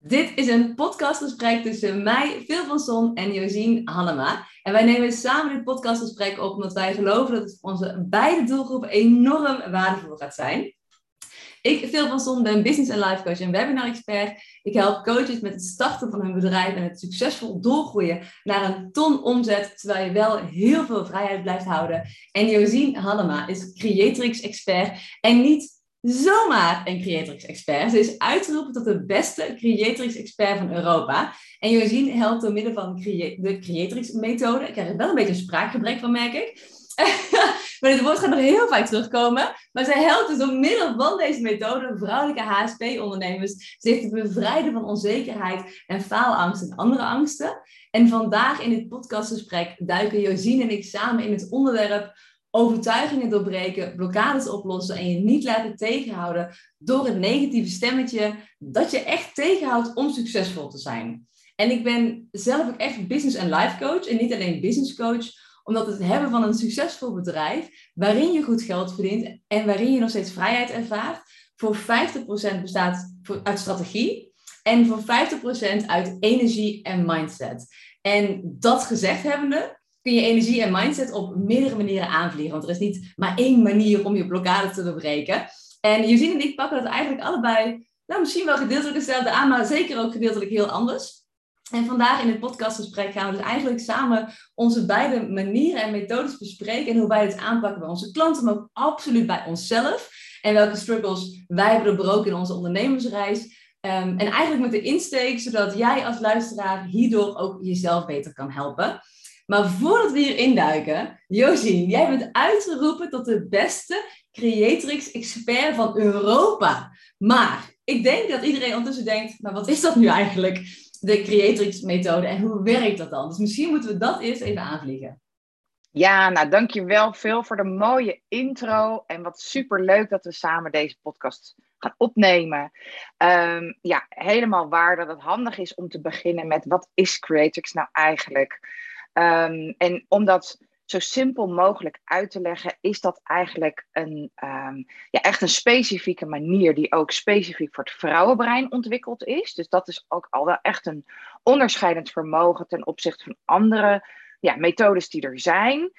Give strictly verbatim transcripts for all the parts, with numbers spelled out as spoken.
Dit is een podcastgesprek tussen mij, Phil van Son en Josien Hannema. En wij nemen samen dit podcastgesprek op omdat wij geloven dat het voor onze beide doelgroepen enorm waardevol gaat zijn. Ik, Phil van Son, ben business en life coach en webinar expert. Ik help coaches met het starten van hun bedrijf en het succesvol doorgroeien naar een ton omzet, terwijl je wel heel veel vrijheid blijft houden. En Josien Hannema is Creatrix expert en niet zomaar een Creatrix expert. Ze is uitgeroepen tot de beste Creatrix expert van Europa. En Josien helpt door middel van de Creatrix methode. Ik krijg er wel een beetje een spraakgebrek van, merk ik. Maar dit woord gaat nog heel vaak terugkomen. Maar zij helpt dus door middel van deze methode vrouwelijke H S P-ondernemers zich te bevrijden van onzekerheid en faalangst en andere angsten. En vandaag in dit podcastgesprek duiken Josien en ik samen in het onderwerp overtuigingen doorbreken, blokkades oplossen en je niet laten tegenhouden door het negatieve stemmetje dat je echt tegenhoudt om succesvol te zijn. En ik ben zelf ook echt business en life coach en niet alleen business coach, omdat het hebben van een succesvol bedrijf waarin je goed geld verdient en waarin je nog steeds vrijheid ervaart, voor vijftig procent bestaat uit strategie en voor vijftig procent uit energie en mindset. En dat gezegd hebbende kun je energie en mindset op meerdere manieren aanvliegen. Want er is niet maar één manier om je blokkade te doorbreken. En Josien en ik pakken dat eigenlijk allebei, nou misschien wel gedeeltelijk hetzelfde aan, maar zeker ook gedeeltelijk heel anders. En vandaag in het podcastgesprek gaan we dus eigenlijk samen onze beide manieren en methodes bespreken en hoe wij dit aanpakken bij onze klanten, maar ook absoluut bij onszelf. En welke struggles wij hebben doorbroken in onze ondernemersreis. Um, en eigenlijk met de insteek, zodat jij als luisteraar hierdoor ook jezelf beter kan helpen. Maar voordat we hier induiken, Josien, jij bent uitgeroepen tot de beste Creatrix expert van Europa. Maar ik denk dat iedereen ondertussen denkt, maar wat is dat nu eigenlijk, de Creatrix methode en hoe werkt dat dan? Dus misschien moeten we dat eerst even aanvliegen. Ja, nou dankjewel Phil voor de mooie intro en wat superleuk dat we samen deze podcast gaan opnemen. Um, ja, helemaal waar dat het handig is om te beginnen met wat is Creatrix nou eigenlijk? Um, en om dat zo simpel mogelijk uit te leggen, is dat eigenlijk een, um, ja, echt een specifieke manier die ook specifiek voor het vrouwenbrein ontwikkeld is. Dus dat is ook al wel echt een onderscheidend vermogen ten opzichte van andere ja, methodes die er zijn.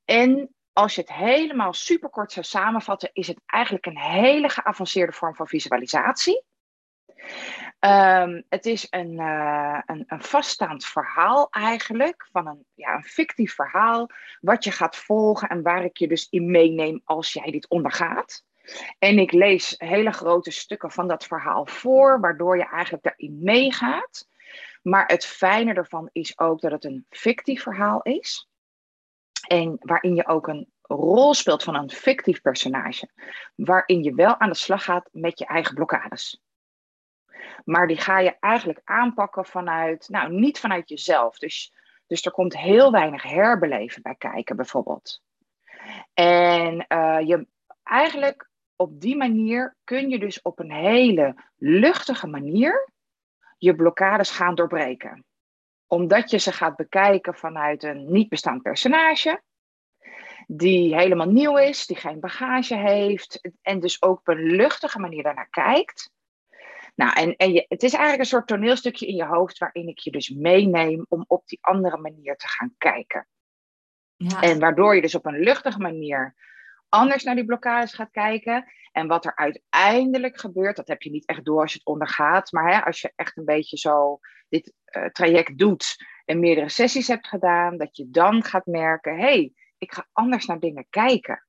En als je het helemaal superkort zou samenvatten, is het eigenlijk een hele geavanceerde vorm van visualisatie. Um, het is een, uh, een, een vaststaand verhaal eigenlijk, van een, ja, een fictief verhaal, wat je gaat volgen en waar ik je dus in meeneem als jij dit ondergaat. En ik lees hele grote stukken van dat verhaal voor, waardoor je eigenlijk daarin meegaat. Maar het fijne ervan is ook dat het een fictief verhaal is. En waarin je ook een rol speelt van een fictief personage. Waarin je wel aan de slag gaat met je eigen blokkades. Maar die ga je eigenlijk aanpakken vanuit, nou niet vanuit jezelf. Dus, dus er komt heel weinig herbeleven bij kijken bijvoorbeeld. En uh, je, eigenlijk op die manier kun je dus op een hele luchtige manier je blokkades gaan doorbreken. Omdat je ze gaat bekijken vanuit een niet bestaand personage. Die helemaal nieuw is, die geen bagage heeft. En dus ook op een luchtige manier daarnaar kijkt. Nou, en, en je, het is eigenlijk een soort toneelstukje in je hoofd waarin ik je dus meeneem om op die andere manier te gaan kijken. Ja. En waardoor je dus op een luchtige manier anders naar die blokkades gaat kijken. En wat er uiteindelijk gebeurt, dat heb je niet echt door als je het ondergaat. Maar hè, als je echt een beetje zo dit uh, traject doet en meerdere sessies hebt gedaan, dat je dan gaat merken, hé, hey, ik ga anders naar dingen kijken.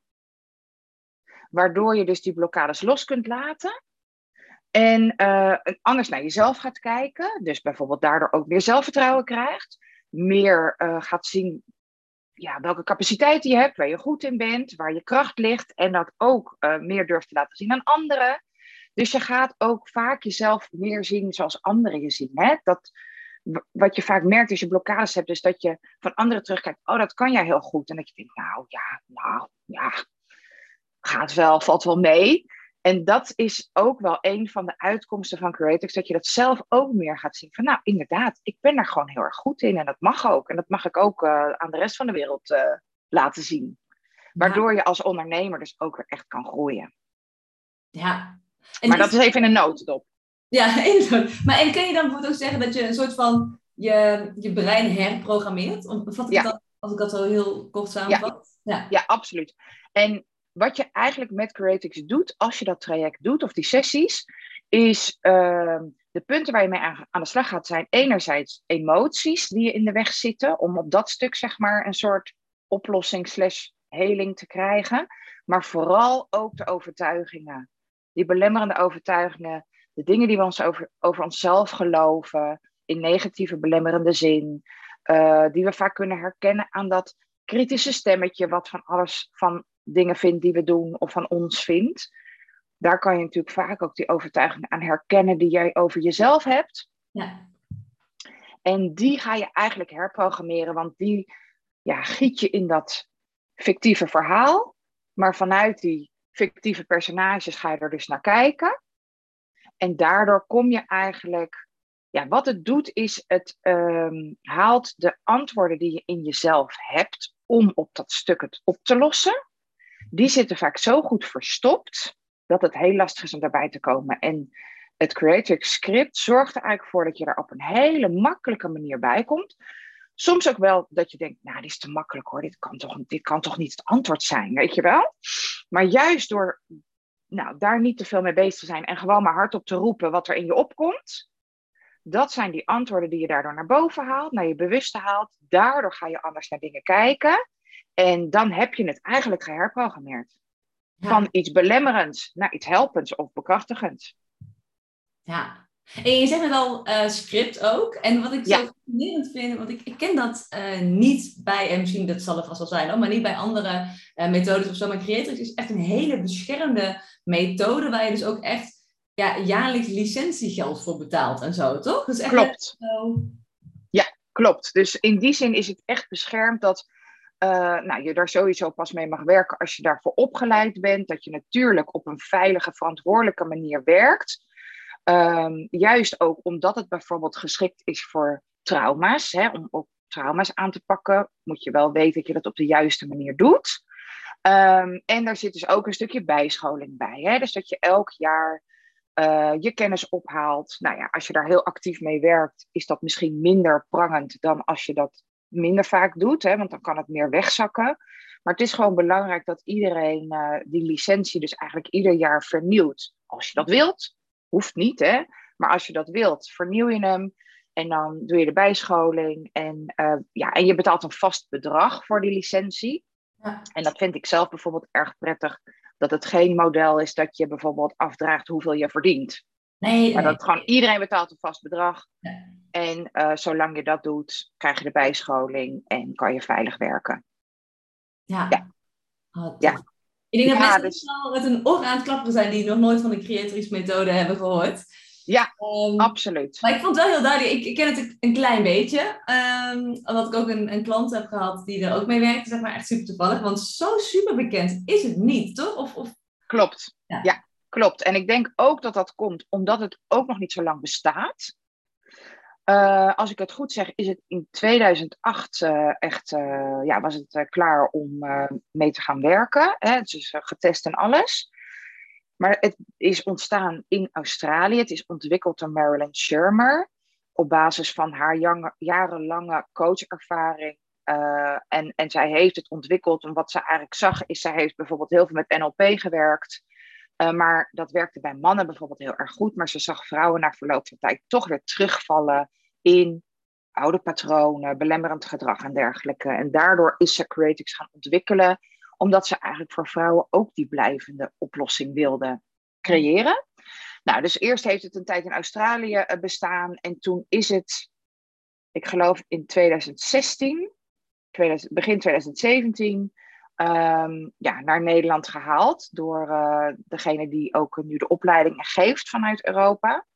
Waardoor je dus die blokkades los kunt laten. En uh, anders naar jezelf gaat kijken. Dus bijvoorbeeld daardoor ook meer zelfvertrouwen krijgt. Meer uh, gaat zien ja, welke capaciteit je hebt. Waar je goed in bent. Waar je kracht ligt. En dat ook uh, meer durft te laten zien aan anderen. Dus je gaat ook vaak jezelf meer zien zoals anderen je zien. Hè? Dat, wat je vaak merkt als je blokkades hebt. Is dat je van anderen terugkijkt. Oh, dat kan jij heel goed. En dat je denkt, nou ja, nou ja. Gaat wel, valt wel mee. En dat is ook wel een van de uitkomsten van Creatrix, dat je dat zelf ook meer gaat zien. Van nou, inderdaad, ik ben daar gewoon heel erg goed in. En dat mag ook. En dat mag ik ook uh, aan de rest van de wereld uh, laten zien. Waardoor ja. je als ondernemer dus ook weer echt kan groeien. Ja. En maar dat is even in een notendop. Ja, inderdaad. Maar en kun je dan bijvoorbeeld ook zeggen dat je een soort van je, je brein herprogrammeert? Of vat ik het Ja, dan, als ik dat zo heel kort ja, samenvat? Ja. ja, absoluut. En wat je eigenlijk met Creatix doet, als je dat traject doet, of die sessies, is uh, de punten waar je mee aan, aan de slag gaat zijn enerzijds emoties die je in de weg zitten, om op dat stuk zeg maar een soort oplossing slash heling te krijgen. Maar vooral ook de overtuigingen. Die belemmerende overtuigingen, de dingen die we ons over, over onszelf geloven, in negatieve belemmerende zin, uh, die we vaak kunnen herkennen aan dat kritische stemmetje wat van alles van dingen vindt die we doen of van ons vindt. Daar kan je natuurlijk vaak ook die overtuigingen aan herkennen die jij over jezelf hebt. Ja. En die ga je eigenlijk herprogrammeren, want die ja, giet je in dat fictieve verhaal. Maar vanuit die fictieve personages ga je er dus naar kijken. En daardoor kom je eigenlijk... Ja, wat het doet is, het um, haalt de antwoorden die je in jezelf hebt om op dat stuk het op te lossen. Die zitten vaak zo goed verstopt dat het heel lastig is om daarbij te komen. En het Creatrix script zorgt er eigenlijk voor dat je er op een hele makkelijke manier bij komt. Soms ook wel dat je denkt, nou, dit is te makkelijk hoor, dit kan toch, dit kan toch niet het antwoord zijn, weet je wel? Maar juist door nou, daar niet te veel mee bezig te zijn en gewoon maar hardop te roepen wat er in je opkomt, dat zijn die antwoorden die je daardoor naar boven haalt, naar je bewuste haalt. Daardoor ga je anders naar dingen kijken. En dan heb je het eigenlijk geherprogrammeerd. Ja. Van iets belemmerends naar iets helpends of bekrachtigends. Ja. En je zegt net al uh, script ook. En wat ik ja. zo fascinerend vind, want ik, ik ken dat uh, niet bij, en misschien dat zal het vast wel zijn, hoor, maar niet bij andere uh, methodes of zo. Maar Creatrix is echt een hele beschermde methode waar je dus ook echt ja, jaarlijks licentiegeld voor betaalt en zo, toch? Dat is echt klopt. Zo... Ja, klopt. Dus in die zin is het echt beschermd dat uh, nou, je daar sowieso pas mee mag werken als je daarvoor opgeleid bent. Dat je natuurlijk op een veilige, verantwoordelijke manier werkt. Um, juist ook omdat het bijvoorbeeld geschikt is voor trauma's. Hè, om ook trauma's aan te pakken, moet je wel weten dat je dat op de juiste manier doet. Um, en daar zit dus ook een stukje bijscholing bij. Hè? Dus dat je elk jaar uh, je kennis ophaalt. Nou ja, als je daar heel actief mee werkt, is dat misschien minder prangend dan als je dat minder vaak doet. Hè? Want dan kan het meer wegzakken. Maar het is gewoon belangrijk dat iedereen uh, die licentie dus eigenlijk ieder jaar vernieuwt. Als je dat wilt. Hoeft niet, hè. Maar als je dat wilt, vernieuw je hem. En dan doe je de bijscholing. En, uh, ja, en je betaalt een vast bedrag voor die licentie. Ja. En dat vind ik zelf bijvoorbeeld erg prettig. Dat het geen model is dat je bijvoorbeeld afdraagt hoeveel je verdient. Nee, maar nee. dat gewoon iedereen betaalt een vast bedrag. Ja. En uh, zolang je dat doet, krijg je de bijscholing. En kan je veilig werken. Ja. Ja. Oh, ja. Ik denk dat ja, mensen dus... wel met een oor aan het klappen zijn die nog nooit van de Creatrix methode hebben gehoord. Ja, um, absoluut. Maar ik vond het wel heel duidelijk. Ik, ik ken het een klein beetje. Um, omdat ik ook een, een klant heb gehad die er ook mee werkte. Zeg maar echt super toevallig. Want zo super bekend is het niet, toch? Of, of... Klopt. Ja. ja, klopt. En ik denk ook dat dat komt omdat het ook nog niet zo lang bestaat. Uh, als ik het goed zeg, is het in tweeduizend acht uh, echt, uh, ja, was het uh, klaar om uh, mee te gaan werken. Hè? Het is uh, getest en alles. Maar het is ontstaan in Australië. Het is ontwikkeld door Marilyn Shermer. Op basis van haar jange, jarenlange coachervaring. Uh, en, en zij heeft het ontwikkeld. En wat ze eigenlijk zag, is zij heeft bijvoorbeeld heel veel met N L P gewerkt. Uh, maar dat werkte bij mannen bijvoorbeeld heel erg goed. Maar ze zag vrouwen na verloop van tijd toch weer terugvallen in oude patronen, belemmerend gedrag en dergelijke. En daardoor is ze Creatrix gaan ontwikkelen. Omdat ze eigenlijk voor vrouwen ook die blijvende oplossing wilde creëren. Nou, dus eerst heeft het een tijd in Australië uh, bestaan. En toen is het, ik geloof in tweeduizend zestien, tweeduizend, begin tweeduizend zeventien... Um, ja, naar Nederland gehaald door uh, degene die ook nu de opleiding geeft vanuit Europa.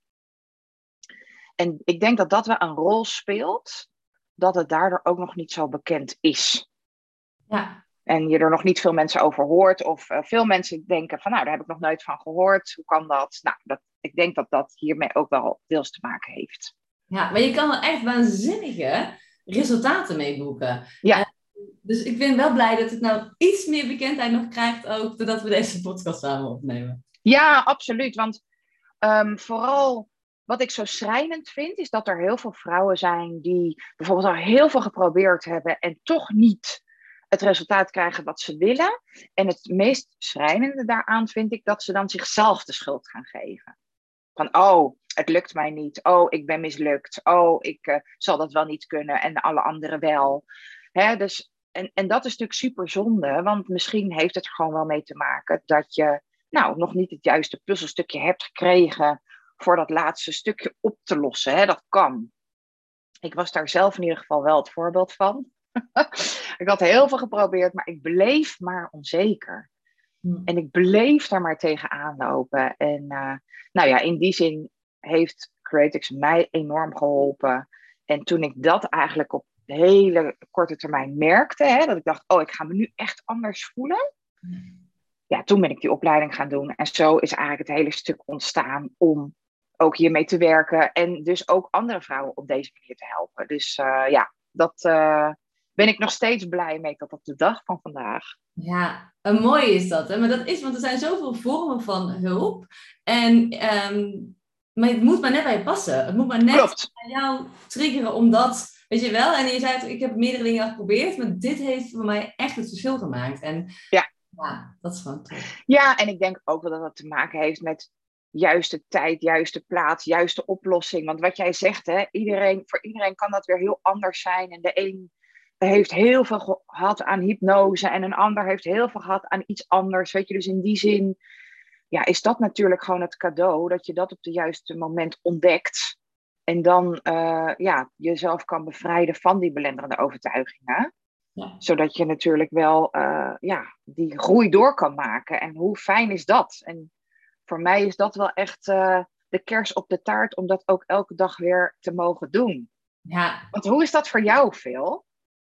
En ik denk dat dat wel een rol speelt, dat het daardoor ook nog niet zo bekend is. Ja. En je er nog niet veel mensen over hoort, of uh, veel mensen denken van, nou, daar heb ik nog nooit van gehoord, hoe kan dat? Nou, dat, ik denk dat dat hiermee ook wel deels te maken heeft. Ja, maar je kan er echt waanzinnige resultaten mee boeken. Ja. Uh, Dus ik ben wel blij dat het nou iets meer bekendheid nog krijgt ook, doordat we deze podcast samen opnemen. Ja, absoluut. Want um, vooral wat ik zo schrijnend vind, is dat er heel veel vrouwen zijn die bijvoorbeeld al heel veel geprobeerd hebben en toch niet het resultaat krijgen wat ze willen. En het meest schrijnende daaraan vind ik dat ze dan zichzelf de schuld gaan geven. Van, oh, het lukt mij niet. Oh, ik ben mislukt. Oh, ik uh, zal dat wel niet kunnen en alle anderen wel. Hè, dus, en, en dat is natuurlijk super zonde, want misschien heeft het er gewoon wel mee te maken dat je nou nog niet het juiste puzzelstukje hebt gekregen voor dat laatste stukje op te lossen. Hè? Dat kan. Ik was daar zelf in ieder geval wel het voorbeeld van. Ik had heel veel geprobeerd, maar ik bleef maar onzeker. Hmm. En ik bleef daar maar tegenaan lopen. En uh, nou ja, in die zin heeft Creatix mij enorm geholpen. En toen ik dat eigenlijk op hele korte termijn merkte, hè, dat ik dacht, oh, ik ga me nu echt anders voelen. Hmm. Ja, toen ben ik die opleiding gaan doen. En zo is eigenlijk het hele stuk ontstaan om ook hiermee te werken. En dus ook andere vrouwen op deze manier te helpen. Dus uh, ja, dat uh, ben ik nog steeds blij mee tot op de dag van vandaag. Ja, een mooie is dat. Hè? Maar dat is, want er zijn zoveel vormen van hulp. En, um, maar het moet maar net bij je passen. Het moet maar net Klopt. bij jou triggeren, omdat, weet je wel. En je zei, ik heb meerdere dingen al geprobeerd, maar dit heeft voor mij echt het verschil gemaakt. En ja. Ja, dat is gewoon tof. Ja, en ik denk ook wel dat dat te maken heeft met juiste tijd, juiste plaats, juiste oplossing. Want wat jij zegt, hè, iedereen, voor iedereen kan dat weer heel anders zijn. En de een heeft heel veel gehad aan hypnose en een ander heeft heel veel gehad aan iets anders. Weet je, dus in die zin ja, is dat natuurlijk gewoon het cadeau, dat je dat op het juiste moment ontdekt. En dan uh, ja, jezelf kan bevrijden van die belemmerende overtuigingen. Ja. Zodat je natuurlijk wel uh, ja, die groei door kan maken. En hoe fijn is dat? En voor mij is dat wel echt uh, de kers op de taart om dat ook elke dag weer te mogen doen. Ja. Want hoe is dat voor jou, Phil?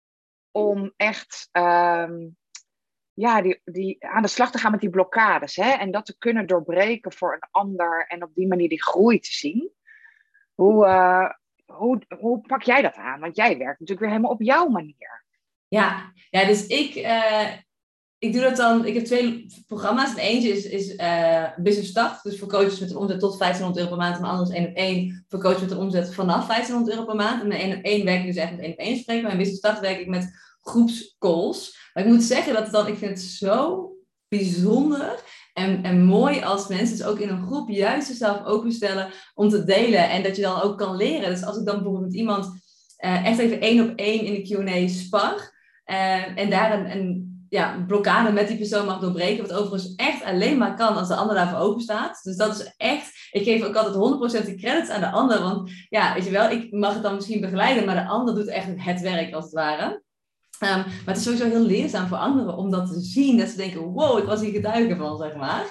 Om echt um, ja, die, die, aan de slag te gaan met die blokkades. Hè? En dat te kunnen doorbreken voor een ander. En op die manier die groei te zien. Hoe, uh, hoe, hoe pak jij dat aan? Want jij werkt natuurlijk weer helemaal op jouw manier. Ja, ja dus ik, uh, ik doe dat dan. Ik heb twee programma's. En eentje is, is uh, Business Start. Dus voor coaches met een omzet tot vijftienhonderd euro per maand. En de andere is één op één voor coaches met een omzet vanaf vijftienhonderd euro per maand. En met één op één werk ik dus echt met één op één spreken. Maar in Business Start werk ik met groepscalls. Maar ik moet zeggen dat het dan, ik vind het zo bijzonder en, en mooi als mensen dus ook in een groep juist zichzelf openstellen om te delen. En dat je dan ook kan leren. Dus als ik dan bijvoorbeeld met iemand uh, echt even één op één in de Q en A spar. Uh, en daar een, een ja, blokkade met die persoon mag doorbreken. Wat overigens echt alleen maar kan als de ander daarvoor open staat. Dus dat is echt... Ik geef ook altijd honderd procent de credits aan de ander. Want ja, weet je wel, ik mag het dan misschien begeleiden. Maar de ander doet echt het werk als het ware. Um, maar het is sowieso heel leerzaam voor anderen om dat te zien. Dat ze denken, wow, ik was hier getuige van, zeg maar.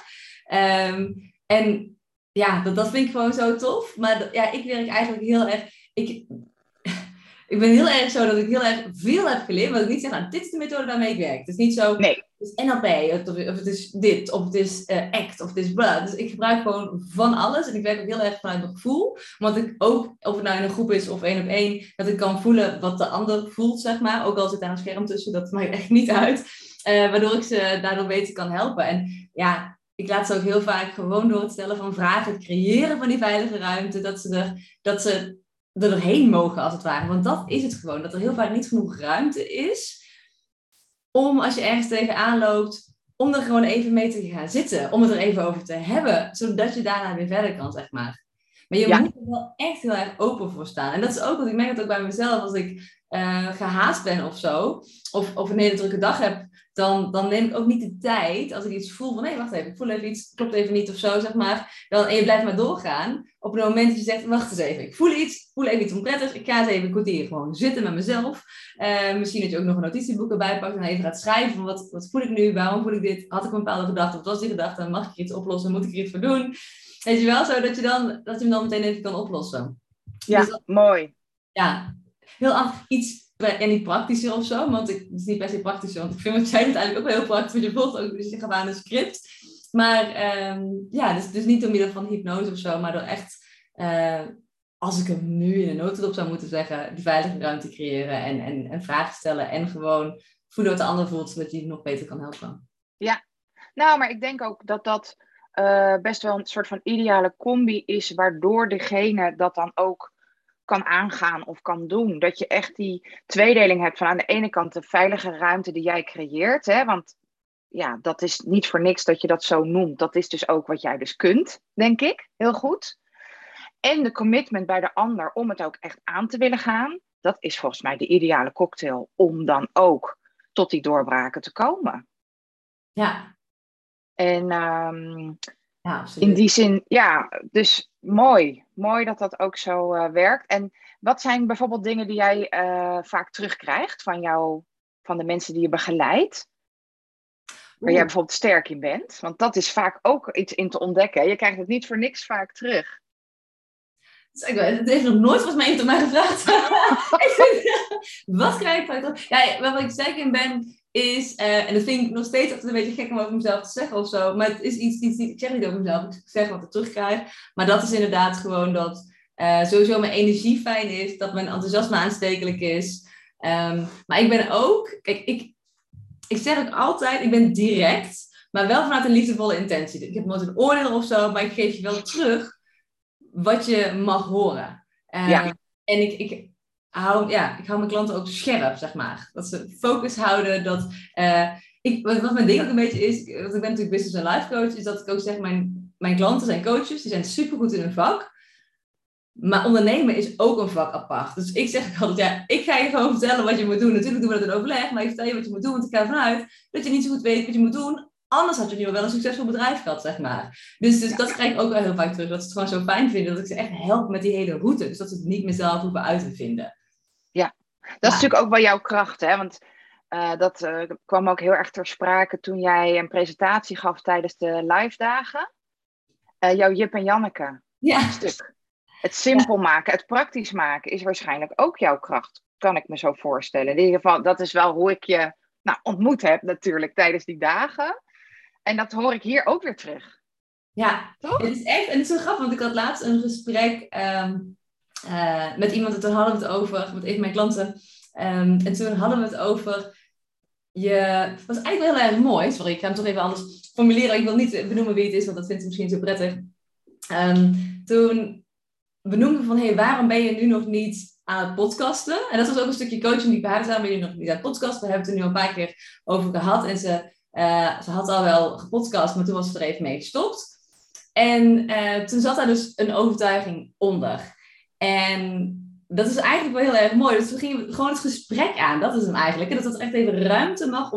Um, en ja, dat, dat vind ik gewoon zo tof. Maar ja, ik werk eigenlijk heel erg... Ik, Ik ben heel erg zo dat ik heel erg veel heb geleerd, maar ik niet zeg, nou, dit is de methode waarmee ik werk. Het is niet zo, nee. Het is N L P, of, of het is dit, of het is uh, ACT, of het is bla. Dus ik gebruik gewoon van alles en ik werk ook heel erg vanuit mijn gevoel. Want ik ook, of het nou in een groep is of één op één, dat ik kan voelen wat de ander voelt, zeg maar. Ook al zit daar een scherm tussen, dat maakt echt niet uit. Uh, waardoor ik ze daardoor beter kan helpen. En ja, ik laat ze ook heel vaak gewoon door het stellen van vragen, het creëren van die veilige ruimte, dat ze er... Dat ze er doorheen mogen, als het ware. Want dat is het gewoon. Dat er heel vaak niet genoeg ruimte is om, als je ergens tegenaan loopt, om er gewoon even mee te gaan zitten. Om het er even over te hebben. Zodat je daarna weer verder kan, zeg maar. Maar je ja. moet er wel echt heel erg open voor staan. En dat is ook wat ik merk dat ook bij mezelf. Als ik uh, gehaast ben of zo. Of, of een hele drukke dag heb. Dan, dan neem ik ook niet de tijd. Als ik iets voel van, nee, wacht even. Ik voel even iets. Klopt even niet of zo, zeg maar. Dan, en je blijft maar doorgaan. Op het moment dat je zegt, wacht eens even. Ik voel iets. Ik voel even iets onprettigs. Ik ga eens even een kwartier gewoon zitten met mezelf. Uh, misschien dat je ook nog een notitieboek erbij pakt. En even gaat schrijven. Van wat, wat voel ik nu? Waarom voel ik dit? Had ik een bepaalde gedachte? Wat was die gedachte? Mag ik iets oplossen? Moet ik er iets voor doen? Weet je wel, zo dat je, dan, dat je hem dan meteen even kan oplossen. Ja, dus dat, mooi. Ja, heel af, iets en niet praktischer of zo, want ik, het is niet per se praktischer, want ik vind wat jij uiteindelijk ook wel heel praktisch, want je voelt ook, dus je gaat aan een script. Maar um, ja, dus, dus niet door middel van hypnose of zo, maar door echt, uh, als ik hem nu in een notendop zou moeten zeggen, die veilige ruimte creëren en, en, en vragen stellen en gewoon voelen wat de ander voelt, zodat je je nog beter kan helpen. Ja, nou, maar ik denk ook dat dat uh, best wel een soort van ideale combi is, waardoor degene dat dan ook kan aangaan of kan doen. Dat je echt die tweedeling hebt van aan de ene kant de veilige ruimte die jij creëert. Hè? Want ja, dat is niet voor niks dat je dat zo noemt. Dat is dus ook wat jij dus kunt, denk ik. Heel goed. En de commitment bij de ander om het ook echt aan te willen gaan. Dat is volgens mij de ideale cocktail om dan ook tot die doorbraken te komen. Ja. En um, ja, absoluut. In die zin, ja, dus mooi. Mooi dat dat ook zo uh, werkt. En wat zijn bijvoorbeeld dingen die jij uh, vaak terugkrijgt van jou, van de mensen die je begeleidt? Waar Oeh. jij bijvoorbeeld sterk in bent? Want dat is vaak ook iets in te ontdekken. Je krijgt het niet voor niks vaak terug. Het heeft nog nooit volgens mij iemand mij gevraagd. Wat krijg ik vaak terug? Ja, wat ik sterk in ben, is, uh, en dat vind ik nog steeds altijd een beetje gek om over mezelf te zeggen of zo, maar het is iets, iets, iets ik zeg niet over mezelf, ik zeg wat ik terugkrijg, maar dat is inderdaad gewoon dat uh, sowieso mijn energie fijn is, dat mijn enthousiasme aanstekelijk is. Um, maar ik ben ook, kijk, ik, ik zeg ook altijd, ik ben direct, maar wel vanuit een liefdevolle intentie. Ik heb nooit een oordeel of zo, maar ik geef je wel terug wat je mag horen. Uh, ja. En ik, ik, hou, ja, ik hou mijn klanten ook scherp, zeg maar. Dat ze focus houden. Dat, uh, ik, wat, wat mijn ding ook een beetje is, want ik ben natuurlijk business en life coach, is dat ik ook zeg, mijn, mijn klanten zijn coaches, die zijn supergoed in hun vak. Maar ondernemen is ook een vak apart. Dus ik zeg altijd, ja, ik ga je gewoon vertellen wat je moet doen. Natuurlijk doen we dat in overleg, maar ik vertel je wat je moet doen, want ik ga ervan uit dat je niet zo goed weet wat je moet doen. Anders had je nu wel een succesvol bedrijf gehad, zeg maar. Dus, dus ja. Dat krijg ik ook wel heel vaak terug. Dat ze het gewoon zo fijn vinden dat ik ze echt help met die hele route. Dus dat ze het niet meer zelf hoeven uit te vinden. Ja, dat is ja. natuurlijk ook wel jouw kracht, hè? Want uh, dat uh, kwam ook heel erg ter sprake toen jij een presentatie gaf tijdens de live dagen. Uh, jouw Jip en Janneke ja. stuk. Het simpel ja. maken, het praktisch maken is waarschijnlijk ook jouw kracht. Kan ik me zo voorstellen. In ieder geval, dat is wel hoe ik je nou, ontmoet heb natuurlijk tijdens die dagen. En dat hoor ik hier ook weer terug. Ja, toch? Het is echt, en het is zo grappig, want ik had laatst een gesprek um, uh, met iemand en toen hadden we het over, met een van mijn klanten. Um, en toen hadden we het over, je, het was eigenlijk wel heel erg mooi, sorry, ik ga hem toch even anders formuleren. Ik wil niet benoemen wie het is, want dat vindt ze misschien zo prettig. Um, toen benoemden we van, hé, hey, waarom ben je nu nog niet aan het podcasten? En dat was ook een stukje coaching die ik bij haar zei, ben je nog niet aan het podcasten? We hebben het er nu al een paar keer over gehad en ze... Uh, ze had al wel gepodcast, maar toen was ze er even mee gestopt. En uh, toen zat daar dus een overtuiging onder. En dat is eigenlijk wel heel erg mooi. Dus we gingen gewoon het gesprek aan. Dat is hem eigenlijk. En dat er echt even ruimte mag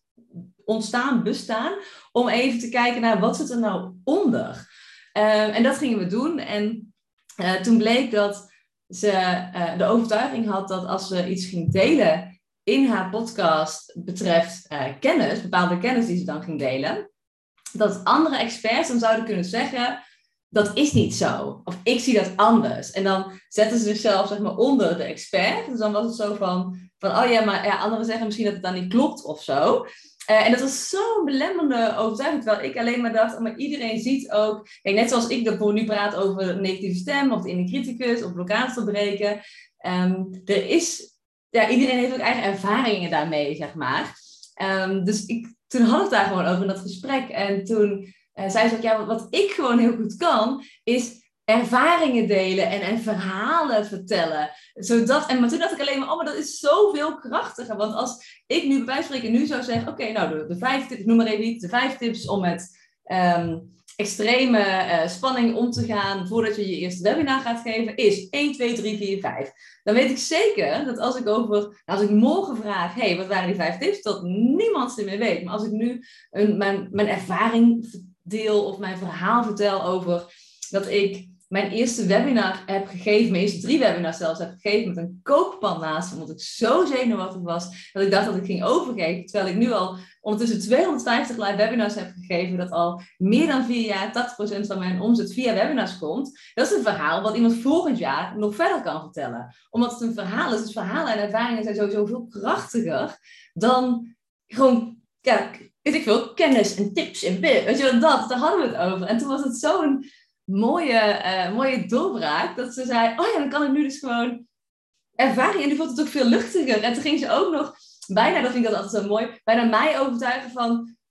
ontstaan, bestaan. Om even te kijken naar wat zit er nou onder. Uh, en dat gingen we doen. En uh, toen bleek dat ze uh, de overtuiging had dat als ze iets ging delen in haar podcast betreft uh, kennis, bepaalde kennis die ze dan ging delen, dat andere experts dan zouden kunnen zeggen, dat is niet zo. Of ik zie dat anders. En dan zetten ze zichzelf zeg maar onder de expert. Dus dan was het zo van, van oh ja, maar ja, anderen zeggen misschien dat het dan niet klopt of zo. Uh, en dat was zo'n belemmerende overtuiging. Terwijl ik alleen maar dacht, oh, maar iedereen ziet ook, kijk, net zoals ik bijvoorbeeld nu praat over een negatieve stem, of de inner criticus, of blokkades verbreken. Um, er is Ja, iedereen heeft ook eigen ervaringen daarmee, zeg maar. Um, dus ik, toen had ik daar gewoon over in dat gesprek. En toen uh, zei ze ook, ja, wat, wat ik gewoon heel goed kan, is ervaringen delen en, en verhalen vertellen. Zodat, en, maar toen dacht ik alleen maar, oh, maar dat is zoveel krachtiger. Want als ik nu bij wijze van spreken nu zou zeggen, oké, okay, nou, de, de vijf tips, noem maar even niet, de vijf tips om met um, extreme uh, spanning om te gaan voordat je je eerste webinar gaat geven, is één, twee, drie, vier, vijf. Dan weet ik zeker dat als ik over, als ik morgen vraag, hé, hey, wat waren die vijf tips, dat niemand ze meer weet. Maar als ik nu een, mijn, mijn ervaring deel of mijn verhaal vertel over dat ik mijn eerste webinar heb gegeven, mijn eerste drie webinars zelfs heb gegeven met een kookpan naast, omdat ik zo zenuwachtig was, dat ik dacht dat ik ging overgeven. Terwijl ik nu al ondertussen tweehonderdvijftig live webinars heb gegeven, dat al meer dan vier jaar tachtig procent van mijn omzet via webinars komt. Dat is een verhaal wat iemand volgend jaar nog verder kan vertellen. Omdat het een verhaal is. Dus verhalen en ervaringen zijn sowieso veel krachtiger dan gewoon, ja, weet ik veel, kennis en tips en weet je, dat, daar hadden we het over. En toen was het zo'n mooie, uh, mooie doorbraak, dat ze zei, oh ja, dan kan ik nu dus gewoon ervaring, en nu vond het ook veel luchtiger. En toen ging ze ook nog bijna, dat vind ik dat altijd zo mooi, bijna mij overtuigen van,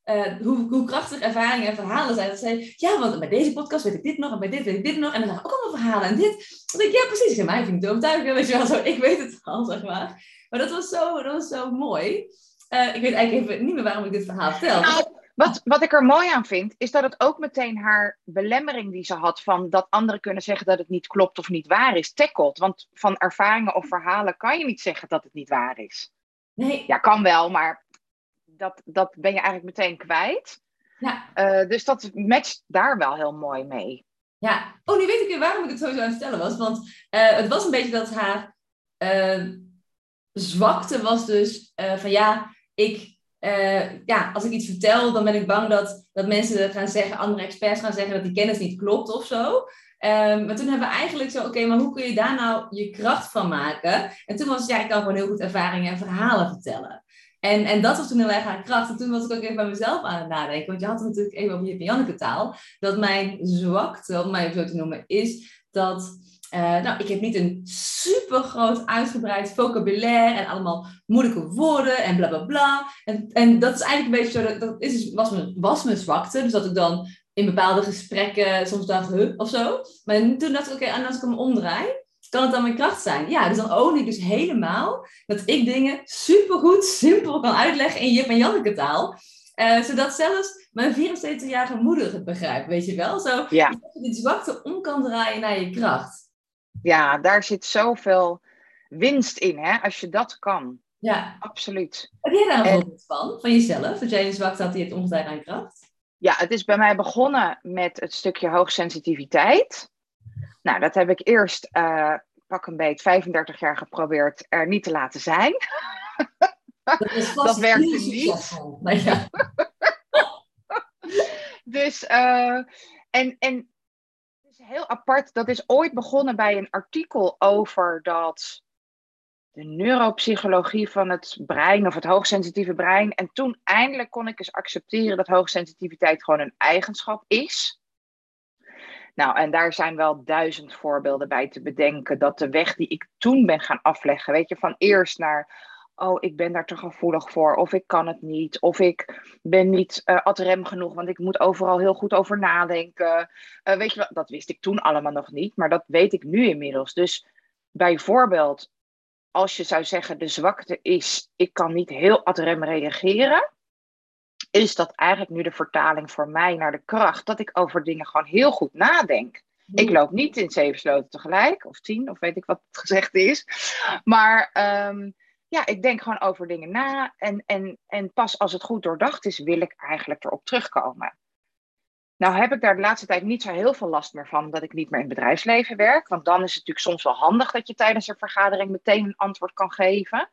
uh, hoe, hoe krachtig ervaringen en verhalen zijn. Dat zei, ja, want bij deze podcast weet ik dit nog, en bij dit weet ik dit nog. En dan zijn er ook allemaal verhalen en dit. Dan denk ik, ja, precies. Ja, mij vind ik het overtuigen, weet je wel. Zo, ik weet het al, zeg maar. Maar dat was zo, dat was zo mooi. Uh, ik weet eigenlijk even niet meer waarom ik dit verhaal vertel. Nou, wat, wat ik er mooi aan vind, is dat het ook meteen haar belemmering die ze had van dat anderen kunnen zeggen dat het niet klopt of niet waar is, tackelt. Want van ervaringen of verhalen kan je niet zeggen dat het niet waar is. Nee. Ja, kan wel, maar dat, dat ben je eigenlijk meteen kwijt. Ja. Uh, dus dat matcht daar wel heel mooi mee. Ja. Oh, nu weet ik weer waarom ik het sowieso aan het vertellen was. Want uh, het was een beetje dat haar uh, zwakte was dus uh, van ja, ik... Uh, ja, als ik iets vertel, dan ben ik bang dat, dat mensen gaan zeggen, andere experts gaan zeggen dat die kennis niet klopt of zo. Um, maar toen hebben we eigenlijk zo, oké, okay, maar hoe kun je daar nou je kracht van maken? En toen was het, ja, ik kan gewoon heel goed ervaringen en verhalen vertellen. En, en dat was toen heel erg haar kracht. En toen was ik ook even bij mezelf aan het nadenken. Want je had het natuurlijk even over Jip en Janneke taal. Dat mijn zwakte, om mij zo te noemen, is dat... Uh, nou, ik heb niet een super groot uitgebreid vocabulaire en allemaal moeilijke woorden en bla bla bla. En, en dat is eigenlijk een beetje zo, dat, dat is, was, mijn, was mijn zwakte. Dus dat ik dan in bepaalde gesprekken soms dacht, huh, of zo. Maar toen dacht ik, oké, okay, en als ik hem omdraai, kan het dan mijn kracht zijn? Ja, dus dan own ik dus helemaal dat ik dingen supergoed, simpel kan uitleggen in Jip en Janneke taal. Uh, zodat zelfs mijn vierenzeventigjarige moeder het begrijpt, weet je wel? Zo, ja. Dat je die zwakte om kan draaien naar je kracht. Ja, daar zit zoveel winst in, hè, als je dat kan. Ja. Absoluut. Heb jij daar een en... voorbeeld van, van jezelf? Dat jij een zwakte had die het omdraait naar je kracht? Ja, het is bij mij begonnen met het stukje hoogsensitiviteit. Nou, dat heb ik eerst, uh, pak een beet, vijfendertig jaar geprobeerd er niet te laten zijn. Dat, is vast dat werkte niet. Maar ja. dus, uh, en, en heel apart, dat is ooit begonnen bij een artikel over dat de neuropsychologie van het brein of het hoogsensitieve brein. En toen eindelijk kon ik eens accepteren dat hoogsensitiviteit gewoon een eigenschap is. Nou, en daar zijn wel duizend voorbeelden bij te bedenken dat de weg die ik toen ben gaan afleggen, weet je, van eerst naar, oh, ik ben daar te gevoelig voor, of ik kan het niet, of ik ben niet uh, ad rem genoeg, want ik moet overal heel goed over nadenken. Uh, weet je wel, dat wist ik toen allemaal nog niet, maar dat weet ik nu inmiddels. Dus bijvoorbeeld, als je zou zeggen, de zwakte is, ik kan niet heel ad rem reageren, is dat eigenlijk nu de vertaling voor mij naar de kracht, dat ik over dingen gewoon heel goed nadenk. Mm. Ik loop niet in zeven sloten tegelijk, of tien, of weet ik wat het gezegd is. Maar um, ja, ik denk gewoon over dingen na. En, en, en pas als het goed doordacht is, wil ik eigenlijk erop terugkomen. Nou heb ik daar de laatste tijd niet zo heel veel last meer van dat ik niet meer in het bedrijfsleven werk. Want dan is het natuurlijk soms wel handig dat je tijdens een vergadering meteen een antwoord kan geven.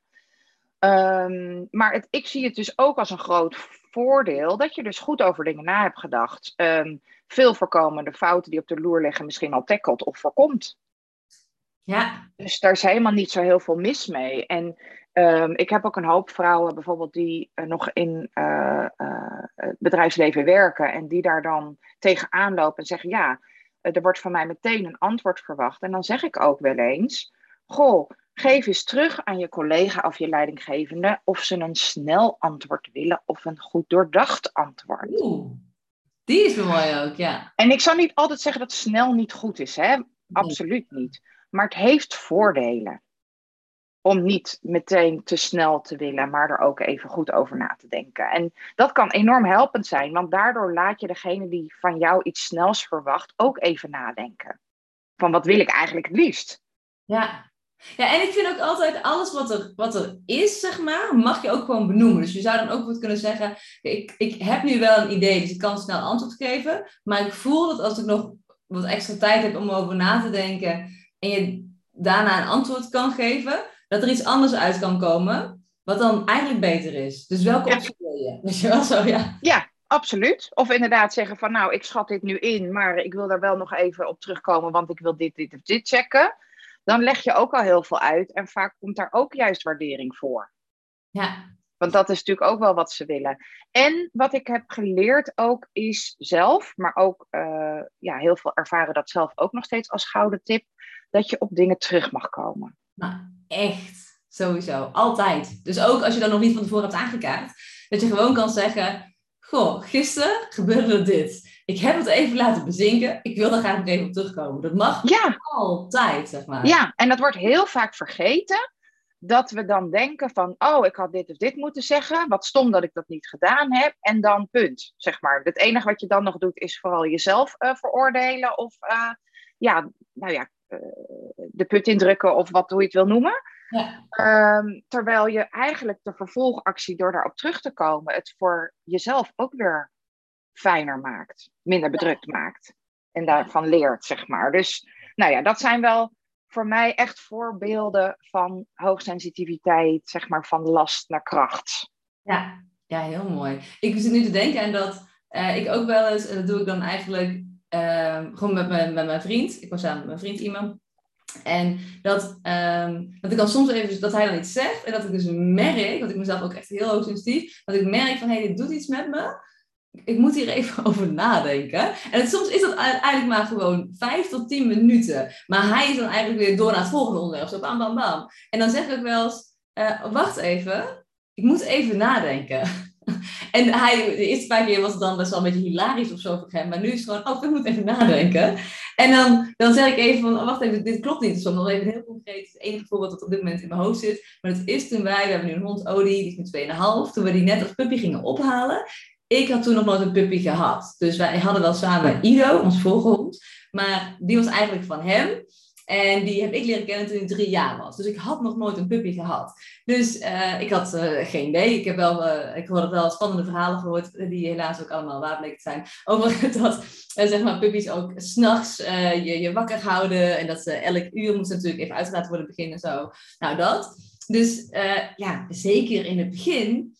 Um, maar het, ik zie het dus ook als een groot voordeel dat je dus goed over dingen na hebt gedacht. Um, veel voorkomende fouten die op de loer liggen misschien al tackelt of voorkomt. Ja. Dus daar is helemaal niet zo heel veel mis mee. En um, ik heb ook een hoop vrouwen bijvoorbeeld die uh, nog in uh, uh, het bedrijfsleven werken. En die daar dan tegenaan lopen en zeggen, ja, uh, er wordt van mij meteen een antwoord verwacht. En dan zeg ik ook wel eens, goh, geef eens terug aan je collega of je leidinggevende of ze een snel antwoord willen of een goed doordacht antwoord. Oeh, die is wel mooi ook, ja. En ik zal niet altijd zeggen dat snel niet goed is, hè? Absoluut niet. Maar het heeft voordelen om niet meteen te snel te willen, maar er ook even goed over na te denken. En dat kan enorm helpend zijn, want daardoor laat je degene die van jou iets snels verwacht ook even nadenken. Van wat wil ik eigenlijk het liefst? Ja. Ja, en ik vind ook altijd alles wat er, wat er is, zeg maar, mag je ook gewoon benoemen. Dus je zou dan ook wat kunnen zeggen, ik, ik heb nu wel een idee, dus ik kan snel antwoord geven. Maar ik voel dat als ik nog wat extra tijd heb om over na te denken en je daarna een antwoord kan geven, dat er iets anders uit kan komen, wat dan eigenlijk beter is. Dus welke Ja. optie wil je? Weet je wel zo, ja. Ja, absoluut. Of inderdaad zeggen van, nou, ik schat dit nu in, maar ik wil daar wel nog even op terugkomen, want ik wil dit, dit of dit checken. Dan leg je ook al heel veel uit en vaak komt daar ook juist waardering voor. Ja. Want dat is natuurlijk ook wel wat ze willen. En wat ik heb geleerd ook is zelf, maar ook uh, ja, heel veel ervaren dat zelf ook nog steeds als gouden tip, dat je op dingen terug mag komen. Nou, echt. Sowieso. Altijd. Dus ook als je dan nog niet van tevoren hebt aangekaart, dat je gewoon kan zeggen, goh, gisteren gebeurde er dit. Ik heb het even laten bezinken. Ik wil daar graag nog even op terugkomen. Dat mag Ja, altijd, zeg maar. ja, en dat wordt heel vaak vergeten. Dat we dan denken van, oh, ik had dit of dit moeten zeggen. Wat stom dat ik dat niet gedaan heb. En dan punt, zeg maar. Het enige wat je dan nog doet is vooral jezelf uh, veroordelen. Of uh, ja, nou ja, uh, de put indrukken of wat, hoe je het wil noemen. Ja. Um, terwijl je eigenlijk de vervolgactie door daarop terug te komen, het voor jezelf ook weer fijner maakt. Minder bedrukt ja. maakt. En daarvan leert, zeg maar. Dus, nou ja, dat zijn wel voor mij echt voorbeelden van hoogsensitiviteit, zeg maar, van last naar kracht. Ja, ja, heel mooi. Ik zit nu te denken aan dat uh, ik ook wel eens, en dat doe ik dan eigenlijk uh, gewoon met mijn, met mijn vriend. Ik was samen met mijn vriend iemand. En dat, um, dat ik dan soms even, dat hij dan iets zegt en dat ik dus merk, want ik mezelf ook echt heel hoogsensitief, dat ik merk van, hé, hey, dit doet iets met me. Ik moet hier even over nadenken. En het, soms is dat eigenlijk maar gewoon vijf tot tien minuten. Maar hij is dan eigenlijk weer door naar het volgende onderwerp. Zo bam, bam, bam. En dan zeg ik wel eens, uh, wacht even, ik moet even nadenken. En hij, de eerste paar keer was het dan best wel een beetje hilarisch of zo voor hem. Maar nu is het gewoon, oh, ik moet even nadenken. En dan, dan zeg ik even van, oh, wacht even, dit klopt niet. Dus dan nog even heel concreet, het enige voorbeeld dat op dit moment in mijn hoofd zit. Maar het is toen wij, we hebben nu een hond, Odie, die is nu twee en een half. Toen we die net als puppy gingen ophalen. Ik had toen nog nooit een puppy gehad. Dus wij hadden wel samen Ido, ons vorige hond. Maar die was eigenlijk van hem. En die heb ik leren kennen toen ik drie jaar was. Dus ik had nog nooit een puppy gehad. Dus uh, ik had uh, geen idee. Ik heb wel, uh, ik hoorde wel spannende verhalen gehoord, die helaas ook allemaal waar bleken te zijn. Over dat uh, zeg maar, puppies ook 's nachts uh, je, je wakker houden. En dat ze elk uur moesten natuurlijk even uitgelaten worden beginnen. Zo. Nou, dat. Dus uh, ja, zeker in het begin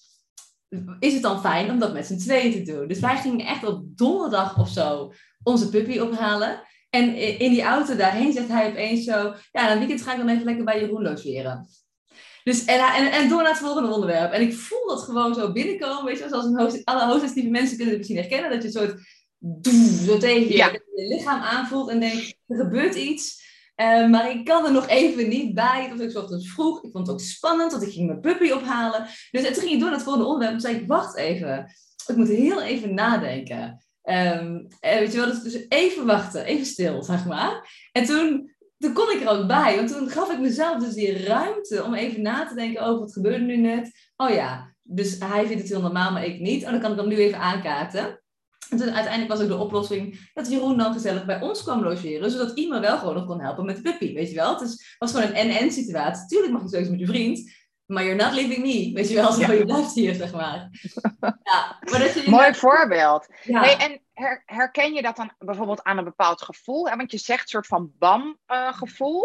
is het dan fijn om dat met z'n tweeën te doen. Dus wij gingen echt op donderdag of zo onze puppy ophalen. En in die auto daarheen zegt hij opeens zo, ja, een weekend ga ik dan even lekker bij Jeroen logeren. Dus, en, en, en door naar het volgende onderwerp. En ik voel dat gewoon zo binnenkomen, weet je, zoals een hoogst, alle hoogsensitieve mensen kunnen het misschien herkennen, dat je een soort, doe, zo tegen je, ja. je lichaam aanvoelt en denkt, er gebeurt iets. Uh, maar ik kan er nog even niet bij. Het was ook 's ochtends vroeg. Ik vond het ook spannend, want ik ging mijn puppy ophalen. Dus en toen ging ik door naar het volgende onderwerp. En toen zei ik, wacht even. Ik moet heel even nadenken. Um, en weet je wel, dus, dus even wachten. Even stil, zeg maar. En toen, toen kon ik er ook bij. Want toen gaf ik mezelf dus die ruimte om even na te denken over wat gebeurde nu net. Oh ja, dus hij vindt het heel normaal, maar ik niet. En dan kan ik hem nu even aankaarten. En toen uiteindelijk was ook de oplossing dat Jeroen dan gezellig bij ons kwam logeren, zodat iemand wel gewoon nog kon helpen met de puppy, weet je wel. Dus het was gewoon een en-en situatie. Tuurlijk mag je zoiets met je vriend, maar you're not leaving me, weet je wel. Zo, ja. Je blijft hier, zeg maar. Ja, maar dat je Mooi voorbeeld. Ja. Hey, en her, herken je dat dan bijvoorbeeld aan een bepaald gevoel? Want je zegt een soort van bam uh, gevoel.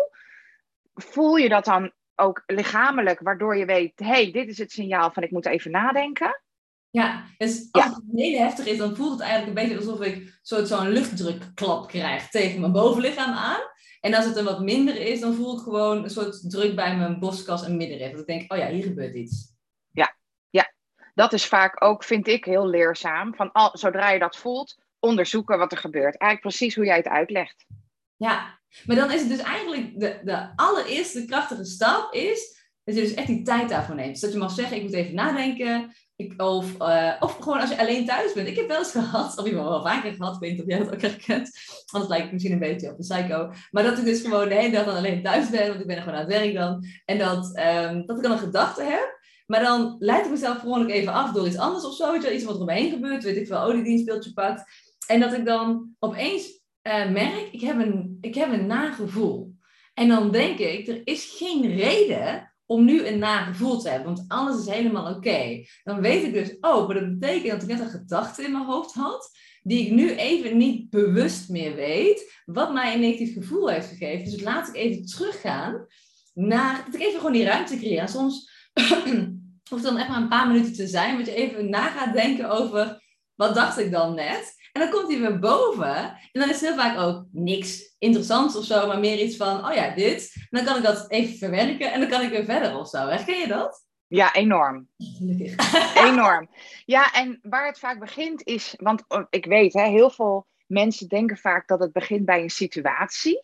Voel je dat dan ook lichamelijk, waardoor je weet, hey, dit is het signaal van ik moet even nadenken? Ja, dus als ja. het heel heftig is, dan voelt het eigenlijk een beetje alsof ik zo'n luchtdrukklap krijg tegen mijn bovenlichaam aan. En als het een wat minder is, dan voel ik gewoon een soort druk bij mijn borstkas en middenrif. Dat ik denk, oh ja, hier gebeurt iets. Ja, ja. Dat is vaak ook, vind ik, heel leerzaam. Van al, zodra je dat voelt, onderzoeken wat er gebeurt. Eigenlijk precies hoe jij het uitlegt. Ja, maar dan is het dus eigenlijk de, de allereerste krachtige stap is dat je dus echt die tijd daarvoor neemt. Dus dat je mag zeggen, ik moet even nadenken. Ik, of, uh, of gewoon als je alleen thuis bent. Ik heb wel eens gehad, of ik heb wel vaker gehad, ik weet niet of jij dat ook herkent. Anders lijkt het misschien een beetje op een psycho. Maar dat ik dus gewoon de hele dag dan alleen thuis ben, want ik ben gewoon aan het werk dan. En dat, um, dat ik dan een gedachte heb. Maar dan leid ik mezelf gewoon ook even af door iets anders of zo. Iets wat er omheen gebeurt, weet ik veel, oh die dienstspeeltje pakt. En dat ik dan opeens uh, merk, ik heb, een, ik heb een nagevoel. En dan denk ik, er is geen reden om nu een nagevoel te hebben, want alles is helemaal oké. Okay. Dan weet ik dus, oh, maar dat betekent dat ik net een gedachte in mijn hoofd had, die ik nu even niet bewust meer weet, wat mij een negatief gevoel heeft gegeven. Dus laat ik even teruggaan naar, dat ik even gewoon die ruimte creëer. En soms hoeft het dan echt maar een paar minuten te zijn, dat je even na gaat denken over, wat dacht ik dan net? En dan komt hij weer boven. En dan is het heel vaak ook niks interessants of zo, maar meer iets van, oh ja, dit. En dan kan ik dat even verwerken en dan kan ik weer verder of zo. Herken je dat? Ja, enorm. Enorm. Ja, en waar het vaak begint is, want ik weet, hè, heel veel mensen denken vaak dat het begint bij een situatie.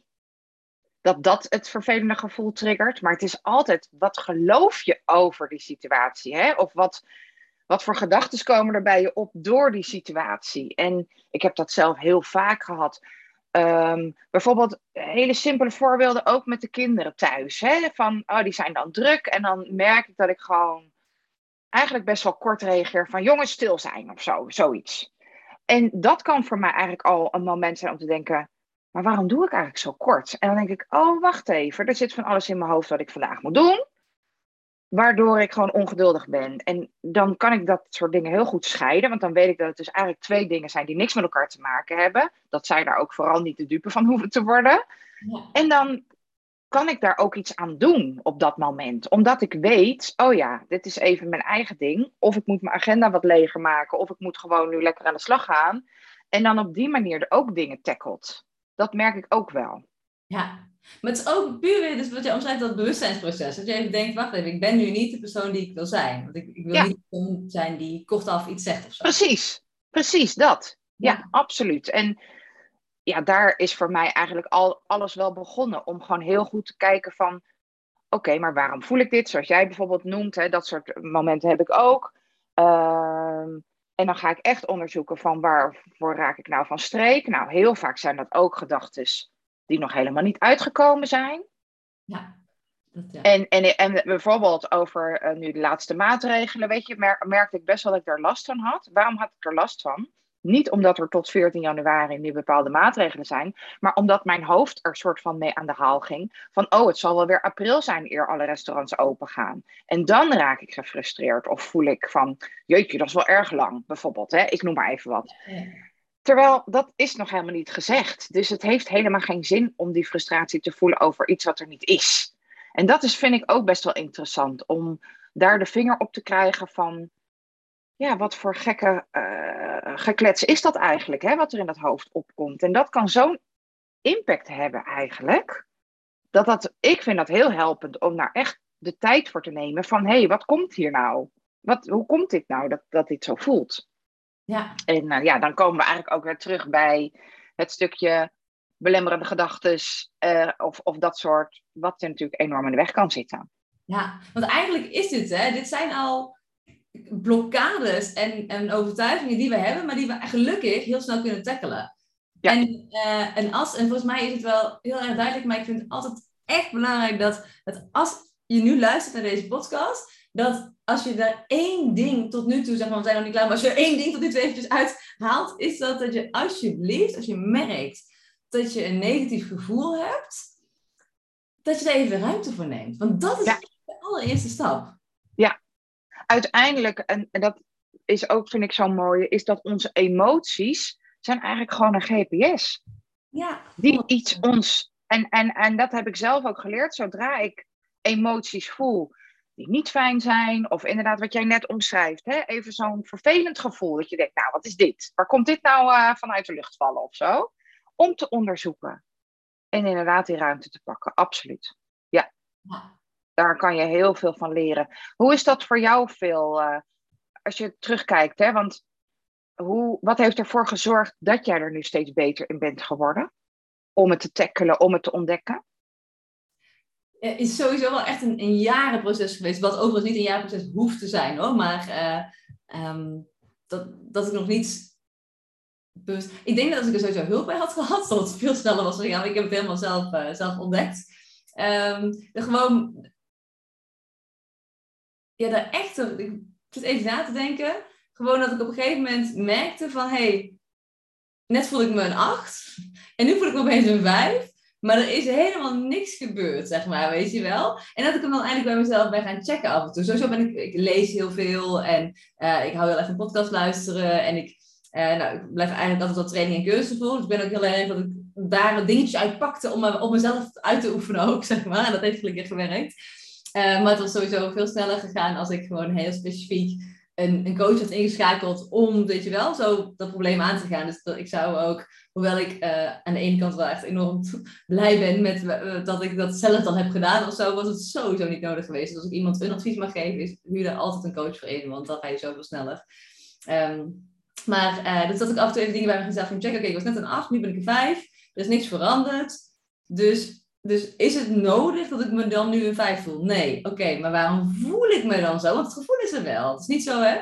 Dat dat het vervelende gevoel triggert. Maar het is altijd, wat geloof je over die situatie? Hè? Of wat... Wat voor gedachten komen er bij je op door die situatie? En ik heb dat zelf heel vaak gehad. Um, bijvoorbeeld hele simpele voorbeelden ook met de kinderen thuis. Hè? Van, oh, die zijn dan druk. En dan merk ik dat ik gewoon eigenlijk best wel kort reageer van jongens stil zijn of zo, zoiets. En dat kan voor mij eigenlijk al een moment zijn om te denken, maar waarom doe ik eigenlijk zo kort? En dan denk ik, oh wacht even, er zit van alles in mijn hoofd wat ik vandaag moet doen. Waardoor ik gewoon ongeduldig ben. En dan kan ik dat soort dingen heel goed scheiden. Want dan weet ik dat het dus eigenlijk twee dingen zijn die niks met elkaar te maken hebben. Dat zij daar ook vooral niet de dupe van hoeven te worden. Ja. En dan kan ik daar ook iets aan doen op dat moment. Omdat ik weet, oh ja, dit is even mijn eigen ding. Of ik moet mijn agenda wat leger maken. Of ik moet gewoon nu lekker aan de slag gaan. En dan op die manier er ook dingen tackelt. Dat merk ik ook wel. Ja, maar het is ook puur weer, dus wat je omschrijft, dat bewustzijnsproces. Dat je even denkt, wacht even, ik ben nu niet de persoon die ik wil zijn. Want ik, ik wil ja. niet de persoon zijn die kortaf iets zegt of zo. Precies, precies dat. Ja, ja, absoluut. En ja, daar is voor mij eigenlijk al alles wel begonnen. Om gewoon heel goed te kijken van, oké, okay, maar waarom voel ik dit? Zoals jij bijvoorbeeld noemt, hè, dat soort momenten heb ik ook. Uh, en dan ga ik echt onderzoeken van waarvoor raak ik nou van streek. Nou, heel vaak zijn dat ook gedachten die nog helemaal niet uitgekomen zijn. Ja. Dat, ja. En, en, en bijvoorbeeld over uh, nu de laatste maatregelen, weet je, mer- merkte ik best wel dat ik daar last van had. Waarom had ik er last van? Niet omdat er tot veertien januari nu bepaalde maatregelen zijn, maar omdat mijn hoofd er soort van mee aan de haal ging. Van, oh, het zal wel weer april zijn eer alle restaurants open gaan. En dan raak ik gefrustreerd of voel ik van, jeetje, dat is wel erg lang, bijvoorbeeld. Hè? Ik noem maar even wat. Ja. Terwijl dat is nog helemaal niet gezegd. Dus het heeft helemaal geen zin om die frustratie te voelen over iets wat er niet is. En dat is, vind ik ook best wel interessant. Om daar de vinger op te krijgen van, ja, wat voor gekke uh, geklets is dat eigenlijk, hè, wat er in dat hoofd opkomt. En dat kan zo'n impact hebben eigenlijk. Dat dat, ik vind dat heel helpend om daar echt de tijd voor te nemen van, hé, hey, wat komt hier nou? Wat, hoe komt dit nou, dat, dat dit zo voelt? Ja. En uh, ja, dan komen we eigenlijk ook weer terug bij het stukje belemmerende gedachten uh, of, of dat soort, wat er natuurlijk enorm in de weg kan zitten. Ja, want eigenlijk is dit, hè, dit zijn al blokkades en, en overtuigingen die we hebben, maar die we gelukkig heel snel kunnen tackelen. Ja. En, uh, en, als, en volgens mij is het wel heel erg duidelijk, maar ik vind het altijd echt belangrijk dat, dat als je nu luistert naar deze podcast, dat als je daar één ding tot nu toe, zeg maar, we zijn nog niet klaar, maar als je er één ding tot nu toe eventjes uithaalt, is dat dat je alsjeblieft, als je merkt dat je een negatief gevoel hebt, dat je daar even ruimte voor neemt. Want dat is ja. de allereerste stap. Ja, uiteindelijk, en dat is ook, vind ik zo mooi, is dat onze emoties zijn eigenlijk gewoon een G P S. Ja. Die iets ons, en, en, en dat heb ik zelf ook geleerd, zodra ik emoties voel die niet fijn zijn, of inderdaad wat jij net omschrijft, hè? Even zo'n vervelend gevoel, dat je denkt, nou, wat is dit? Waar komt dit nou uh, vanuit de lucht vallen of zo? Om te onderzoeken. En inderdaad die ruimte te pakken, absoluut. Ja. ja. Daar kan je heel veel van leren. Hoe is dat voor jou veel, uh, als je terugkijkt, hè? Want hoe, wat heeft ervoor gezorgd dat jij er nu steeds beter in bent geworden? Om het te tackelen, om het te ontdekken? Het is sowieso wel echt een, een jarenproces geweest. Wat overigens niet een jarenproces hoeft te zijn, hoor. Maar uh, um, dat, dat ik nog niet bewust... Ik denk dat als ik er sowieso hulp bij had gehad, dat het veel sneller was gegaan. Ik heb het helemaal zelf, uh, zelf ontdekt. Um, de gewoon... Ja, daar echt... Ik zit even na te denken. Gewoon dat ik op een gegeven moment merkte van... Hé, hey, net voelde ik me een acht. En nu voel ik me opeens een vijf. Maar er is helemaal niks gebeurd, zeg maar, weet je wel. En dat ik hem dan eindelijk bij mezelf ben gaan checken af en toe. Sowieso ben ik, ik lees heel veel en uh, ik hou heel erg van podcast luisteren. En ik, uh, nou, ik blijf eigenlijk altijd wat training en cursussen voor. Dus ik ben ook heel erg dat ik daar wat dingetjes uit pakte om me, op mezelf uit te oefenen ook, zeg maar. En dat heeft gelukkig gewerkt. Uh, maar het was sowieso veel sneller gegaan als ik gewoon heel specifiek een, een coach had ingeschakeld om, weet je wel, zo dat probleem aan te gaan. Dus dat, ik zou ook, hoewel ik uh, aan de ene kant wel echt enorm blij ben met uh, dat ik dat zelf dan heb gedaan of zo, was het sowieso niet nodig geweest. Dus als ik iemand een advies mag geven, is huur daar altijd een coach voor in, want dan ga je zoveel sneller. Um, maar uh, dus dat ik af en toe even dingen bij mezelf ging checken. Oké, okay, ik was net een acht, nu ben ik een vijf. Er is niks veranderd. Dus... Dus is het nodig dat ik me dan nu een vijf voel? Nee. Oké, okay, maar waarom voel ik me dan zo? Want het gevoel is er wel. Het is niet zo, hè?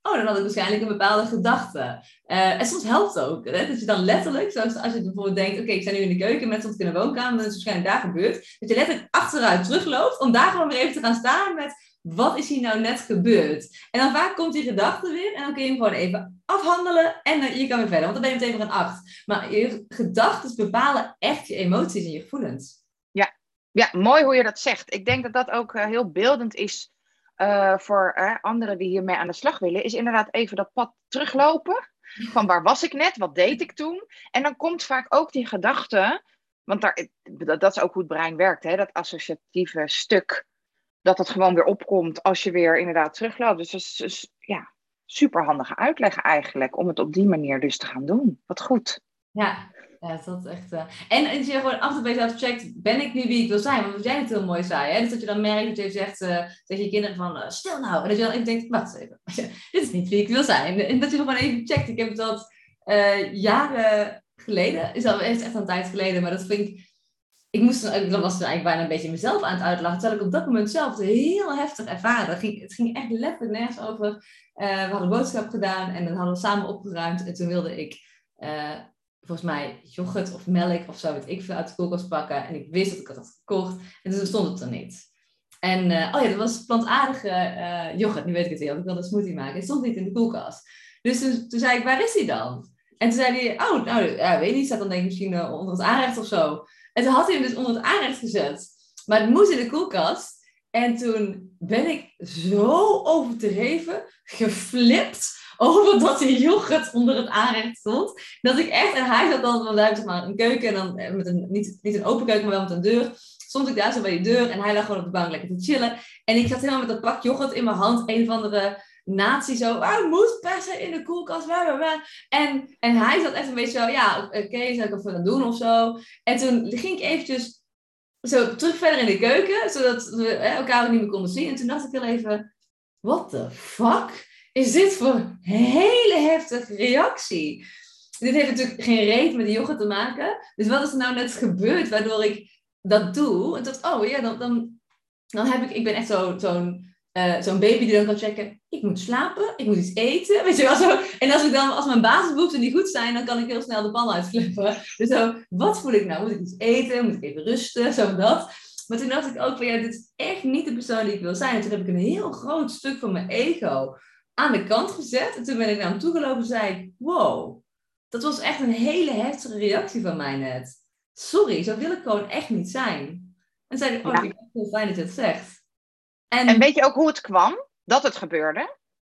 oh, dan had ik waarschijnlijk een bepaalde gedachte. Uh, en soms helpt het ook, hè, dat je dan letterlijk, zoals als je bijvoorbeeld denkt, oké, okay, ik sta nu in de keuken, met stond ik in de woonkamer, dan is het waarschijnlijk daar gebeurd. Dat je letterlijk achteruit terugloopt, om daar gewoon weer even te gaan staan met, wat is hier nou net gebeurd? En dan vaak komt die gedachte weer, en dan kun je hem gewoon even afhandelen, en uh, je kan weer verder, want dan ben je meteen weer een acht. Maar je gedachten bepalen echt je emoties en je gevoelens. Ja, ja, mooi hoe je dat zegt. Ik denk dat dat ook uh, heel beeldend is uh, voor uh, anderen die hiermee aan de slag willen. Is inderdaad even dat pad teruglopen. Van waar was ik net? Wat deed ik toen? En dan komt vaak ook die gedachte. Want daar, dat, dat is ook hoe het brein werkt. Hè? Dat associatieve stuk. Dat het gewoon weer opkomt als je weer inderdaad terugloopt. Dus dat is, is ja, super handige uitleg eigenlijk. Om het op die manier dus te gaan doen. Wat goed. Ja. Ja, dat is echt... Uh... En als je gewoon af en toe bij jezelf checkt, ben ik nu wie ik wil zijn? Want wat jij het heel mooi zei, hè? Dus dat je dan merkt dat je zegt uh, tegen je kinderen van, uh, stil nou. En dat je dan even denkt, wacht even, dit is niet wie ik wil zijn. En dat je gewoon even checkt. Ik heb dat uh, jaren geleden, is al echt een tijd geleden, maar dat vind ik... Ik moest, ik was eigenlijk bijna een beetje mezelf aan het uitlachen, terwijl ik op dat moment zelf het heel heftig ervaren. Het ging, het ging echt letterlijk nergens over. Uh, we hadden boodschap gedaan en dan hadden we samen opgeruimd. En toen wilde ik... Uh, volgens mij yoghurt of melk of zo, weet ik veel, uit de koelkast pakken. En ik wist dat ik het had gekocht. En toen stond het er niet. En, uh, oh ja, dat was plantaardige uh, yoghurt. Nu weet ik het heel. Ik wilde een smoothie maken. Het stond niet in de koelkast. Dus toen, toen zei ik, waar is die dan? En toen zei hij, oh, nou, ja, weet niet. Staat dan denk ik misschien uh, onder het aanrecht of zo. En toen had hij hem dus onder het aanrecht gezet. Maar het moest in de koelkast. En toen ben ik zo overdreven, geflipt... over dat die yoghurt onder het aanrecht stond. Dat ik echt, en hij zat dan, want hij heeft zeg maar een keuken, en dan met een, niet, niet een open keuken, maar wel met een deur. Stond ik daar zo bij die deur, en hij lag gewoon op de bank lekker te chillen. En ik zat helemaal met dat pak yoghurt in mijn hand, een of andere nazi zo, ah, moet per se in de koelkast, bla, bla, bla. En, en hij zat echt een beetje zo, ja, oké, okay, zou ik het voor gaan doen of zo. En toen ging ik eventjes zo terug verder in de keuken, zodat we hè, elkaar niet meer konden zien. En toen dacht ik heel even, what the fuck? Is dit voor een hele heftige reactie? Dit heeft natuurlijk geen reet met de yoghurt te maken. Dus wat is er nou net gebeurd waardoor ik dat doe? En dacht, oh ja, dan, dan, dan heb ik... Ik ben echt zo, zo'n, uh, zo'n baby die dan kan checken. Ik moet slapen, ik moet iets eten. Weet je wel zo. En als, ik dan, als mijn basisbehoeften niet goed zijn, dan kan ik heel snel de pan uitflippen. Dus zo, wat voel ik nou? Moet ik iets eten? Moet ik even rusten? Zo dat. Maar toen dacht ik ook van, ja, dit is echt niet de persoon die ik wil zijn. En toen heb ik een heel groot stuk van mijn ego aan de kant gezet. En toen ben ik naar hem toegelopen en zei ik, wow, dat was echt een hele heftige reactie van mij net. Sorry, zo wil ik gewoon echt niet zijn. En zei ik, oh, ja. Ik vind het heel fijn dat je het zegt. En, en weet je ook hoe het kwam, dat het gebeurde?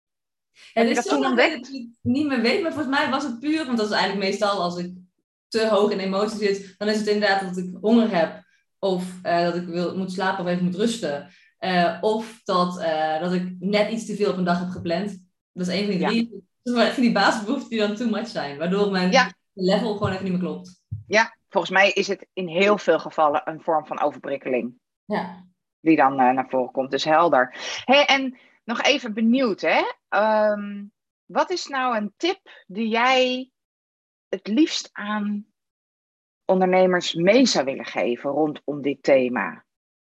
Ja, dus dat toen ontdekt? Dat ik het niet meer weet, maar volgens mij was het puur, want dat is eigenlijk meestal als ik te hoog in emotie zit, dan is het inderdaad dat ik honger heb, of uh, dat ik wil, moet slapen of even moet rusten. Uh, of dat, uh, dat ik net iets te veel op een dag heb gepland. Dat is een van die drie. Ja. Dus maar even die basisbehoeften die dan too much zijn. Waardoor mijn ja. level gewoon even niet meer klopt. Ja, volgens mij is het in heel veel gevallen een vorm van overprikkeling. Ja. Die dan uh, naar voren komt. Dus helder. Hey, en nog even benieuwd, hè. Um, wat is nou een tip die jij het liefst aan ondernemers mee zou willen geven rondom dit thema?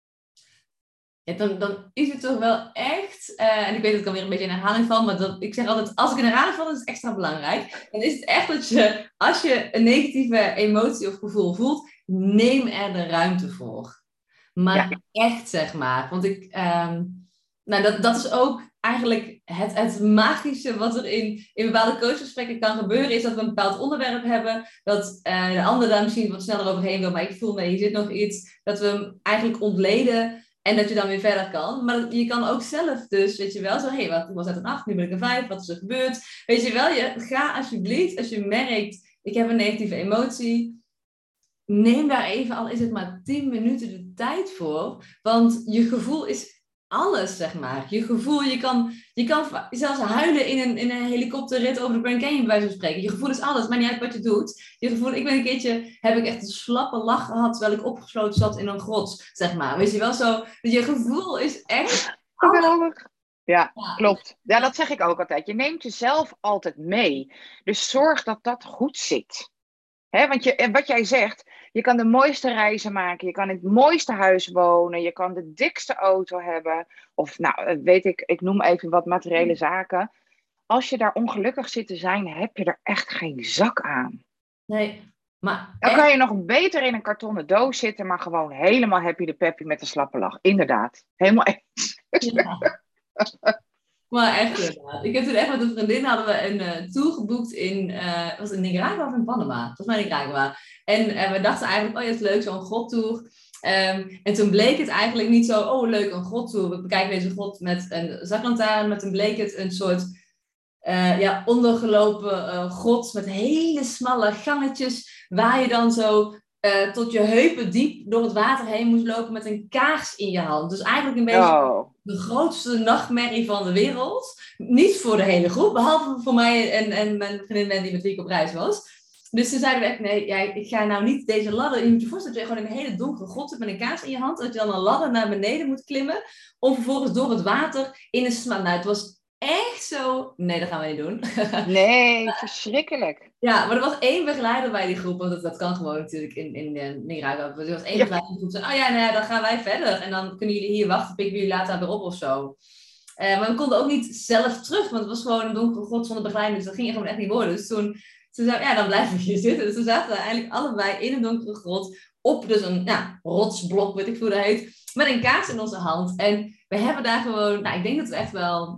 Ja, dan, dan is het toch wel echt, uh, en ik weet dat ik dan weer een beetje in herhaling val, maar dat, ik zeg altijd, als ik in herhaling val, is het extra belangrijk. Dan is het echt dat je, als je een negatieve emotie of gevoel voelt, neem er de ruimte voor. Maar ja. echt, zeg maar. Want ik, um, nou, dat, dat is ook eigenlijk het, het magische wat er in, in bepaalde coachgesprekken kan gebeuren, is dat we een bepaald onderwerp hebben, dat uh, de ander daar misschien wat sneller overheen wil, maar ik voel, nee, hier zit nog iets, dat we hem eigenlijk ontleden. En dat je dan weer verder kan. Maar je kan ook zelf dus, weet je wel, zo, hé, hey, wat was het een acht, nu ben ik een vijf, wat is er gebeurd? Weet je wel, je, ga alsjeblieft, als je merkt, ik heb een negatieve emotie, neem daar even, al is het maar tien minuten de tijd voor. Want je gevoel is alles, zeg maar. Je gevoel, je kan, je kan zelfs huilen in een, in een helikopterrit over de Grand Canyon, bij wijze van spreken. Je gevoel is alles, maar niet uit wat je doet. Je gevoel, ik ben een keertje, heb ik echt een slappe lach gehad, terwijl ik opgesloten zat in een grot, zeg maar. Weet je wel, zo, je gevoel is echt geweldig. Ja, ja, klopt. Ja, dat zeg ik ook altijd. Je neemt jezelf altijd mee. Dus zorg dat dat goed zit. He, want je, wat jij zegt, je kan de mooiste reizen maken, je kan in het mooiste huis wonen, je kan de dikste auto hebben, of nou, weet ik, ik noem even wat materiële zaken. als je daar ongelukkig zit te zijn, heb je er echt geen zak aan. Nee, maar Dan echt, kan je nog beter in een kartonnen doos zitten, maar gewoon helemaal happy de peppy met een slappe lach. Inderdaad, helemaal eens. ja. Maar echt inderdaad. Ik heb toen echt met een vriendin hadden we een uh, tour geboekt in, uh, was het in Nicaragua of in Panama? Volgens mij Nicaragua. En uh, we dachten eigenlijk, oh ja, het is leuk, zo'n godtour. Um, en toen bleek het eigenlijk niet zo, oh leuk, een godtour. We bekijken deze god met een zaklantaarn, maar toen bleek het een soort uh, ja, ondergelopen uh, grot met hele smalle gangetjes, waar je dan zo uh, tot je heupen diep door het water heen moest lopen met een kaars in je hand. Dus eigenlijk een beetje Oh, de grootste nachtmerrie van de wereld. Niet voor de hele groep, behalve voor mij en, en mijn vriendin Wendy met wie ik op reis was. Dus toen zeiden we echt, nee, ja, ik ga nou niet deze ladder... Je moet je voorstellen dat je gewoon in een hele donkere grot zit met een kaars in je hand. Dat je dan een ladder naar beneden moet klimmen. Om vervolgens door het water in een smaak... Nou, het was echt zo... Nee, dat gaan we niet doen. nee, verschrikkelijk. Ja, maar er was één begeleider bij die groep. Want dat, dat kan gewoon natuurlijk in, in, in Nicaragua. Er was één Ja. begeleider in de groep. Zei, oh ja, nou ja, dan gaan wij verder. En dan kunnen jullie hier wachten. Pikken jullie later weer op of zo. Uh, maar we konden ook niet zelf terug. Want het was gewoon een donkere grot zonder begeleiding. Dus dat ging gewoon echt niet worden. Dus toen... Toen zei, ja, dan blijven we hier zitten. Dus toen zaten we eigenlijk allebei in een donkere grot. Op dus een ja, rotsblok, weet ik hoe dat heet. Met een kaars in onze hand. En we hebben daar gewoon... Nou, ik denk dat we echt wel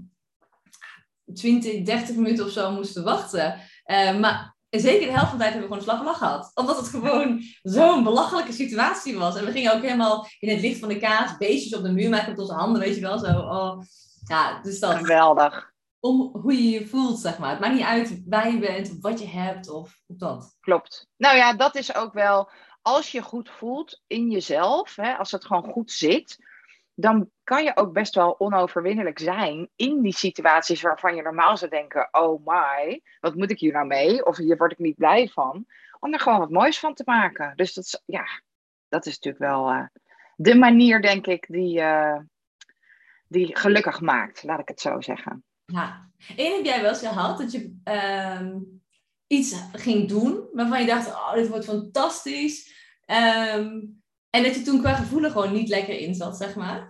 twintig, dertig minuten of zo moesten wachten. Uh, maar zeker de helft van de tijd hebben we gewoon een slappe lach gehad. Omdat het gewoon zo'n belachelijke situatie was. En we gingen ook helemaal in het licht van de kaars beestjes op de muur maken met onze handen, weet je wel. Zo, oh. Ja, dus dat... Geweldig. Om hoe je je voelt, zeg maar. Het maakt niet uit waar je bent, of wat je hebt, of, of dat. Klopt. Nou ja, dat is ook wel... Als je goed voelt in jezelf, hè, als het gewoon goed zit... dan kan je ook best wel onoverwinnelijk zijn in die situaties waarvan je normaal zou denken... oh my, wat moet ik hier nou mee? Of hier word ik niet blij van. Om er gewoon wat moois van te maken. Dus dat is, ja, dat is natuurlijk wel uh, de manier, denk ik, die, uh, die gelukkig maakt. Laat ik het zo zeggen. Ja. En heb jij wel eens gehad dat je um, iets ging doen waarvan je dacht, oh, dit wordt fantastisch. Um, en dat je toen qua gevoelen gewoon niet lekker in zat, zeg maar?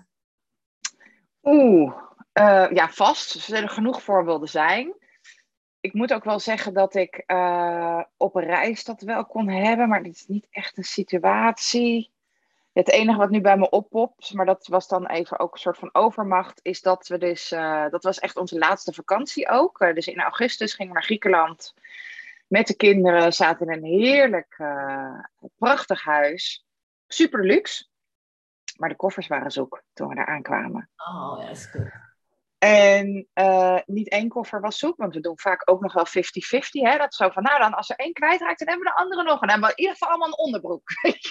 Oeh, uh, ja, vast. Er zullen genoeg voorbeelden zijn. Ik moet ook wel zeggen dat ik uh, op een reis dat wel kon hebben, maar dit is niet echt een situatie. Het enige wat nu bij me oppopt, maar dat was dan even ook een soort van overmacht, is dat we dus, uh, dat was echt onze laatste vakantie ook. Uh, dus in augustus gingen we naar Griekenland met de kinderen, zaten in een heerlijk, uh, prachtig huis. Super luxe, maar de koffers waren zoek toen we daar aankwamen. Oh, ja, dat is cool. En uh, niet één koffer was zoek, want we doen vaak ook nog wel vijftig vijftig. Hè? Dat is zo van, nou dan als er één kwijtraakt, dan hebben we de andere nog. En dan hebben we in ieder geval allemaal een onderbroek.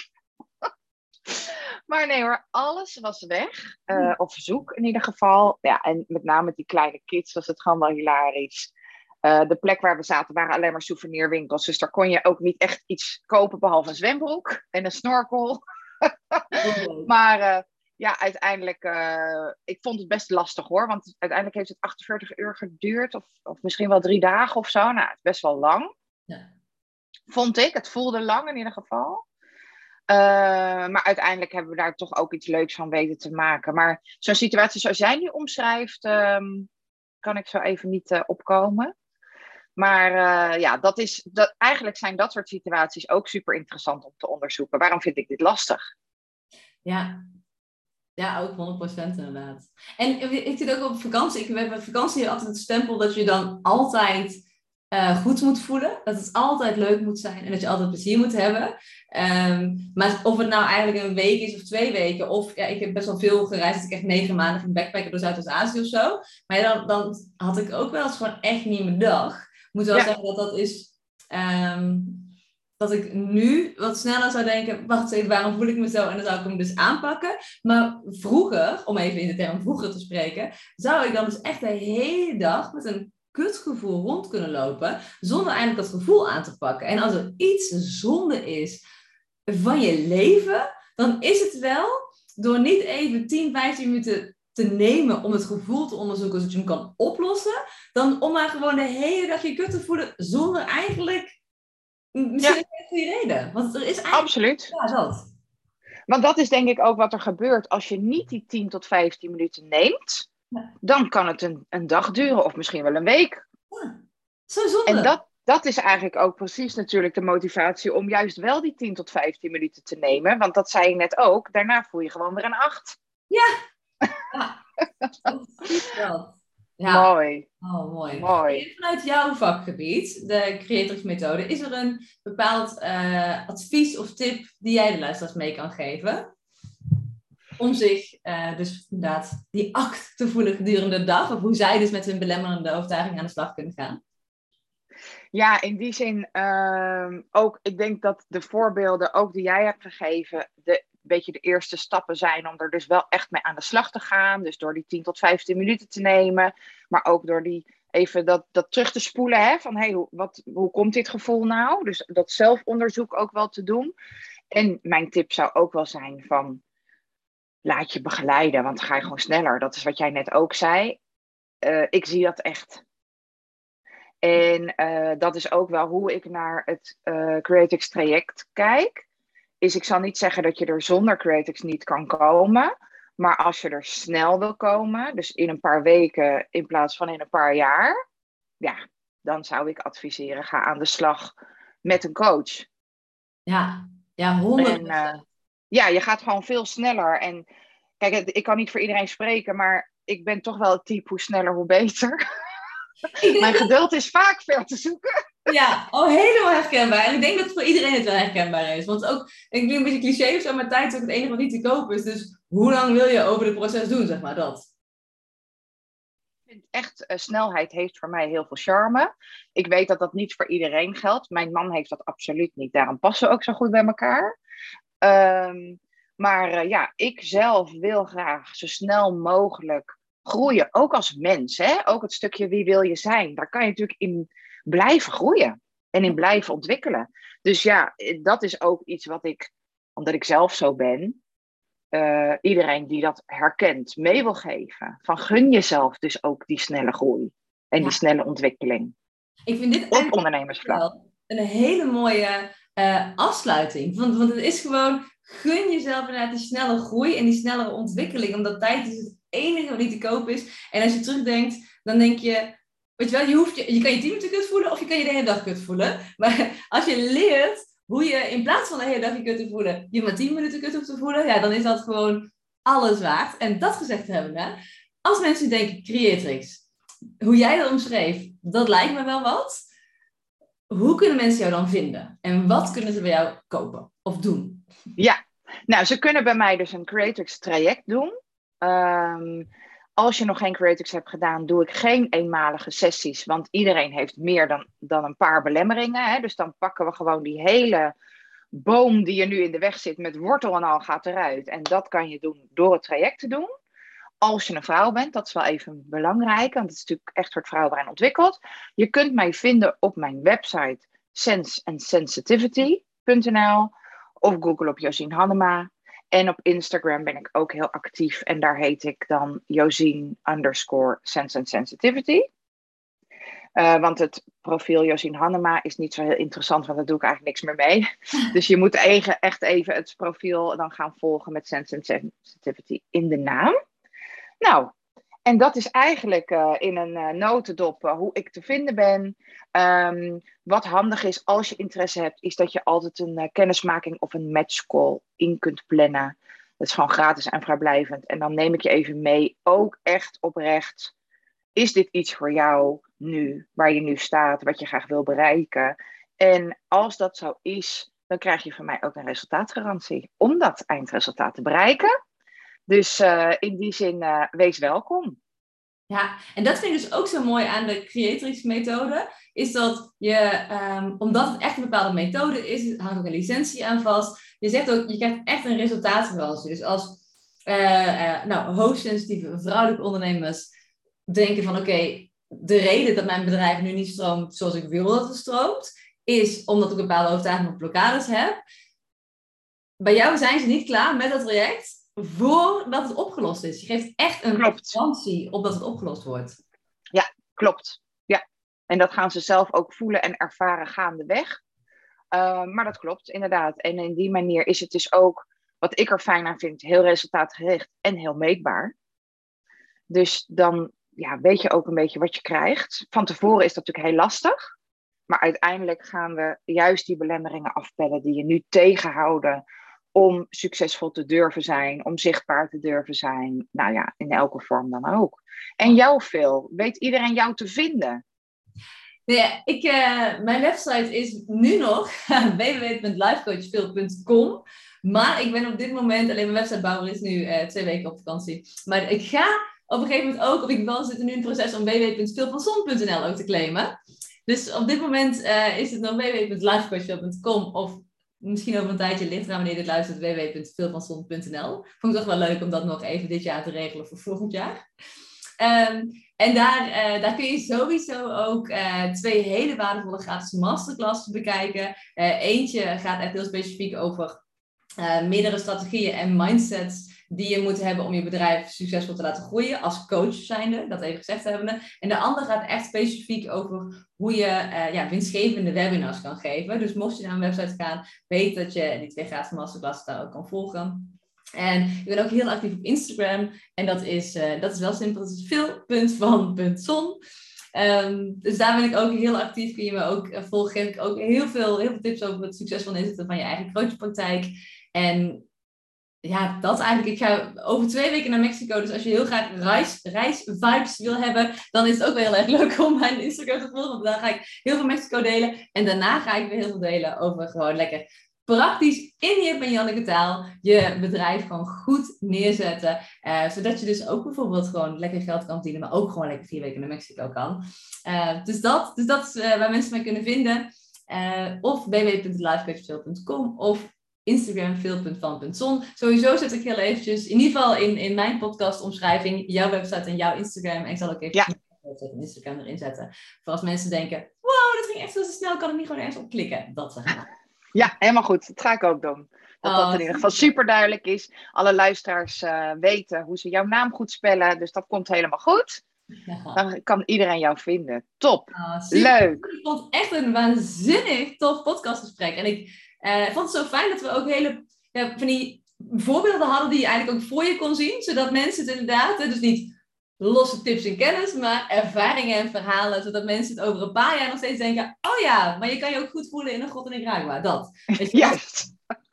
Maar nee hoor, alles was weg. Uh, of zoek in ieder geval. Ja, en met name met die kleine kids was het gewoon wel hilarisch. Uh, de plek waar we zaten waren alleen maar souvenirwinkels. Dus daar kon je ook niet echt iets kopen behalve een zwembroek en een snorkel. Okay. Maar uh, ja, uiteindelijk, uh, ik vond het best lastig hoor. Want uiteindelijk heeft het achtenveertig uur geduurd. Of, of misschien wel drie dagen of zo. Nou, het is best wel lang. Ja. Vond ik. Het voelde lang in ieder geval. Uh, maar uiteindelijk hebben we daar toch ook iets leuks van weten te maken. Maar zo'n situatie zoals jij nu omschrijft, um, kan ik zo even niet uh, opkomen. Maar uh, ja, dat is, dat, eigenlijk zijn dat soort situaties ook super interessant om te onderzoeken. Waarom vind ik dit lastig? Ja, ja, ook honderd procent inderdaad. En ik zit ook op vakantie. Ik heb op vakantie altijd het stempel dat je dan altijd uh, goed moet voelen. Dat het altijd leuk moet zijn en dat je altijd plezier moet hebben. Um, maar of het nou eigenlijk een week is of twee weken. Of ja, ik heb best wel veel gereisd. Dat ik echt negen maanden ging backpacken door Zuidoost-Azië of zo. Maar ja, dan, dan had ik ook wel eens gewoon echt niet mijn dag. Ik moet wel ja. zeggen dat dat is... Um, dat ik nu wat sneller zou denken, wacht eens, waarom voel ik me zo? En dan zou ik hem dus aanpakken. Maar vroeger, om even in de term vroeger te spreken, zou ik dan dus echt de hele dag met een kutgevoel rond kunnen lopen, zonder eigenlijk dat gevoel aan te pakken. En als er iets zonde is van je leven, dan is het wel door niet even tien, vijftien minuten te nemen om het gevoel te onderzoeken, zodat je hem kan oplossen, dan om maar gewoon de hele dag je kut te voelen, zonder eigenlijk... Misschien ja. een goede reden. Want er is eigenlijk... Absoluut. Ja, dat. Want dat is denk ik ook wat er gebeurt. Als je niet die tien tot vijftien minuten neemt, ja. dan kan het een, een dag duren. Of misschien wel een week. Ja. Zo En zonde. dat, dat is eigenlijk ook precies natuurlijk de motivatie om juist wel die tien tot vijftien minuten te nemen. Want dat zei je net ook, daarna voel je gewoon weer een acht. Ja, ja. Precies dat. Ja, Mooi, oh, mooi. mooi. En vanuit jouw vakgebied, de Creatrix methode, is er een bepaald eh, advies of tip die jij de luisteraars mee kan geven? Om zich eh, dus inderdaad die act te voelen gedurende de dag. Of hoe zij dus met hun belemmerende overtuiging aan de slag kunnen gaan. Ja, in die zin ehm, ook, ik denk dat de voorbeelden ook die jij hebt gegeven, de, een beetje de eerste stappen zijn om er dus wel echt mee aan de slag te gaan. Dus door die tien tot vijftien minuten te nemen, maar ook door die even dat, dat terug te spoelen, hè, van hey, hoe, wat, hoe komt dit gevoel nou? Dus dat zelfonderzoek ook wel te doen. En mijn tip zou ook wel zijn van, laat je begeleiden, want dan ga je gewoon sneller. Dat is wat jij net ook zei. Uh, ik zie dat echt. En uh, dat is ook wel hoe ik naar het uh, Creatix traject kijk. Is ik zal niet zeggen dat je er zonder Creatix niet kan komen. Maar als je er snel wil komen, dus in een paar weken in plaats van in een paar jaar. Ja, dan zou ik adviseren, ga aan de slag met een coach. Ja, ja, honderd En procent. uh, ja, je gaat gewoon veel sneller. En kijk, ik kan niet voor iedereen spreken, maar ik ben toch wel het type hoe sneller hoe beter. Ik denk Mijn dat, geduld is vaak ver te zoeken. ja, oh, helemaal herkenbaar. En ik denk dat voor iedereen het wel herkenbaar is. Want ook, ik klinkt een beetje cliché of zo, maar tijd is ook het enige wat niet te koop is. Dus hoe lang wil je over het proces doen, zeg maar, dat. Ik vind echt, uh, snelheid heeft voor mij heel veel charme. Ik weet dat dat niet voor iedereen geldt. Mijn man heeft dat absoluut niet. Daarom passen we ook zo goed bij elkaar. Um, maar uh, ja, ik zelf wil graag zo snel mogelijk groeien. Ook als mens. Hè? Ook het stukje wie wil je zijn. Daar kan je natuurlijk in blijven groeien. En in blijven ontwikkelen. Dus ja, dat is ook iets wat ik, omdat ik zelf zo ben, uh, iedereen die dat herkent, mee wil geven. Van gun jezelf dus ook die snelle groei. En die Ja, snelle ontwikkeling. ik vind dit Op eigenlijk ondernemersvlak. wel een hele mooie uh, afsluiting. Want, want het is gewoon, gun jezelf inderdaad die snelle groei en die snellere ontwikkeling. Omdat tijd is het enige wat niet te koop is. En als je terugdenkt, dan denk je, weet je wel, je, hoeft je, je kan je tien minuten kut voelen of je kan je de hele dag kut voelen. Maar als je leert hoe je in plaats van de hele dag je kut te voelen, je maar tien minuten kut hoeft te voelen, ja, dan is dat gewoon alles waard. En dat gezegd hebben, hè, als mensen denken, Creatrix, hoe jij dat omschreef, dat lijkt me wel wat. Hoe kunnen mensen jou dan vinden? En wat kunnen ze bij jou kopen of doen? Ja, nou, ze kunnen bij mij dus een Creatrix traject doen. Um, als je nog geen Creatrix hebt gedaan, doe ik geen eenmalige sessies. Want iedereen heeft meer dan, dan een paar belemmeringen. Hè? Dus dan pakken we gewoon die hele boom die je nu in de weg zit, met wortel en al gaat eruit. En dat kan je doen door het traject te doen. Als je een vrouw bent, dat is wel even belangrijk, want het is natuurlijk echt voor het vrouwenbrein ontwikkeld. Je kunt mij vinden op mijn website sense and sensitivity punt n l of Google op Josien Hannema. En op Instagram ben ik ook heel actief en daar heet ik dan Josien underscore sense and sensitivity. Uh, want het profiel Josien Hannema is niet zo heel interessant, want daar doe ik eigenlijk niks meer mee. Dus je moet eigen, echt even het profiel dan gaan volgen met sense and sensitivity in de naam. Nou, en dat is eigenlijk uh, in een uh, notendop uh, hoe ik te vinden ben. Um, wat handig is als je interesse hebt, is dat je altijd een uh, kennismaking of een matchcall in kunt plannen. Dat is gewoon gratis en vrijblijvend. En dan neem ik je even mee, ook echt oprecht. Is dit iets voor jou nu, waar je nu staat, wat je graag wil bereiken? En als dat zo is, dan krijg je van mij ook een resultaatgarantie om dat eindresultaat te bereiken. Dus uh, in die zin, uh, wees welkom. Ja, en dat vind ik dus ook zo mooi aan de Creatrix-methode, is dat je, um, omdat het echt een bepaalde methode is, er hangt ook een licentie aan vast. Je zegt ook, je krijgt echt een resultaatgarantie. Dus als uh, uh, nou, hoogsensitieve vrouwelijke ondernemers denken van, oké, okay, de reden dat mijn bedrijf nu niet stroomt zoals ik wil dat het stroomt, is omdat ik bepaalde overtuigingen of blokkades heb. Bij jou zijn ze niet klaar met dat traject voordat het opgelost is. Je geeft echt een garantie op dat het opgelost wordt. Ja, klopt. Ja. En dat gaan ze zelf ook voelen en ervaren gaandeweg. Uh, maar dat klopt, inderdaad. En in die manier is het dus ook, wat ik er fijn aan vind, heel resultaatgericht en heel meetbaar. Dus dan ja, weet je ook een beetje wat je krijgt. Van tevoren is dat natuurlijk heel lastig. Maar uiteindelijk gaan we juist die belemmeringen afpellen die je nu tegenhouden om succesvol te durven zijn, om zichtbaar te durven zijn. Nou ja, in elke vorm dan ook. En jou, Phil, weet iedereen jou te vinden? Nee, ik, uh, mijn website is nu nog w w w punt lifecoachphil punt com. Maar ik ben op dit moment, alleen mijn websitebouwer is nu uh, twee weken op vakantie. Maar ik ga op een gegeven moment ook, of ik wel zit er nu in het proces om w w w punt philvanson punt n l ook te claimen. Dus op dit moment uh, is het nog w w w punt lifecoachphil punt com of misschien over een tijdje, ligt eraan wanneer je dit luistert, w w w punt philvanson punt n l. Vond ik toch wel leuk om dat nog even dit jaar te regelen voor volgend jaar. Um, en daar, uh, daar kun je sowieso ook uh, twee hele waardevolle gratis masterclasses bekijken. Uh, eentje gaat echt heel specifiek over uh, meerdere strategieën en mindsets die je moet hebben om je bedrijf succesvol te laten groeien, als coach zijnde, dat even gezegd hebbende. En de andere gaat echt specifiek over hoe je uh, ja, winstgevende webinars kan geven. Dus mocht je naar mijn website gaan, weet dat je die twee gratis masterclasses daar ook kan volgen. En ik ben ook heel actief op Instagram. En dat is, uh, dat is wel simpel. Dat is phil punt van punt zon. Um, dus daar ben ik ook heel actief. Kun je me ook uh, volgen. Geef ik ook heel veel, heel veel tips over het succesvol inzetten van je eigen coachpraktijk. En ja, dat eigenlijk. Ik ga over twee weken naar Mexico. Dus als je heel graag reis, reisvibes wil hebben, dan is het ook wel heel erg leuk om mijn Instagram te volgen. Want daar ga ik heel veel Mexico delen. En daarna ga ik weer heel veel delen over gewoon lekker praktisch in Jip en Janneke taal je bedrijf gewoon goed neerzetten. Uh, zodat je dus ook bijvoorbeeld gewoon lekker geld kan verdienen, maar ook gewoon lekker vier weken naar Mexico kan. Uh, dus, dat, dus dat is uh, waar mensen mij kunnen vinden. Uh, of w w w punt lifecoachphil punt com of Instagram phil punt van punt zon. Sowieso zet ik heel eventjes, in ieder geval in, in mijn podcast omschrijving, jouw website en jouw Instagram. En ik zal ook even ja. een Instagram erin zetten. Voor als mensen denken, wow, dat ging echt zo snel, kan ik niet gewoon ergens op klikken. Dat zeg maar. Ja, helemaal goed. Dat ga ik ook doen. Dat oh, dat in ieder geval super duidelijk is. Alle luisteraars uh, weten hoe ze jouw naam goed spellen. Dus dat komt helemaal goed. Ja. Dan kan iedereen jou vinden. Top. Oh, leuk. Ik vond het echt een waanzinnig tof podcastgesprek. En ik uh, vond het zo fijn dat we ook hele ja, van die voorbeelden hadden die je eigenlijk ook voor je kon zien. Zodat mensen het inderdaad, dus niet losse tips en kennis, maar ervaringen en verhalen, zodat mensen het over een paar jaar nog steeds denken, oh ja, maar je kan je ook goed voelen in een God in Nicaragua, dat. Weet je Juist.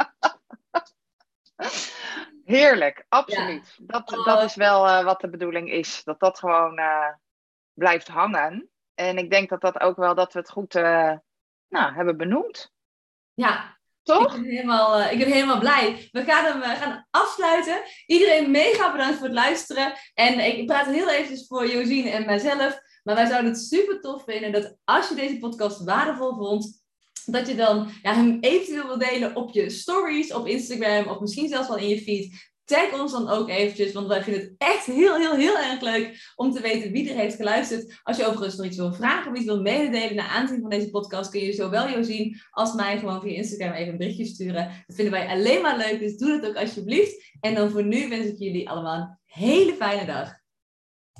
Heerlijk, absoluut. Ja. Dat, oh. dat is wel uh, wat de bedoeling is, dat dat gewoon uh, blijft hangen. En ik denk dat dat ook wel, dat we het goed uh, nou, hebben benoemd. Ja. Toch? Ik ben, helemaal, uh, ik ben helemaal blij. We gaan hem uh, gaan afsluiten. Iedereen mega bedankt voor het luisteren. En ik praat heel eventjes voor Josien en mijzelf. Maar wij zouden het super tof vinden dat als je deze podcast waardevol vond, dat je dan ja, hem eventueel wil delen op je stories, op Instagram of misschien zelfs wel in je feed. Tag ons dan ook eventjes, want wij vinden het echt heel, heel, heel erg leuk om te weten wie er heeft geluisterd. Als je overigens nog iets wil vragen of iets wil mededelen naar aanzien van deze podcast, kun je zowel Josien als mij gewoon via Instagram even een berichtje sturen. Dat vinden wij alleen maar leuk, dus doe dat ook alsjeblieft. En dan voor nu wens ik jullie allemaal een hele fijne dag.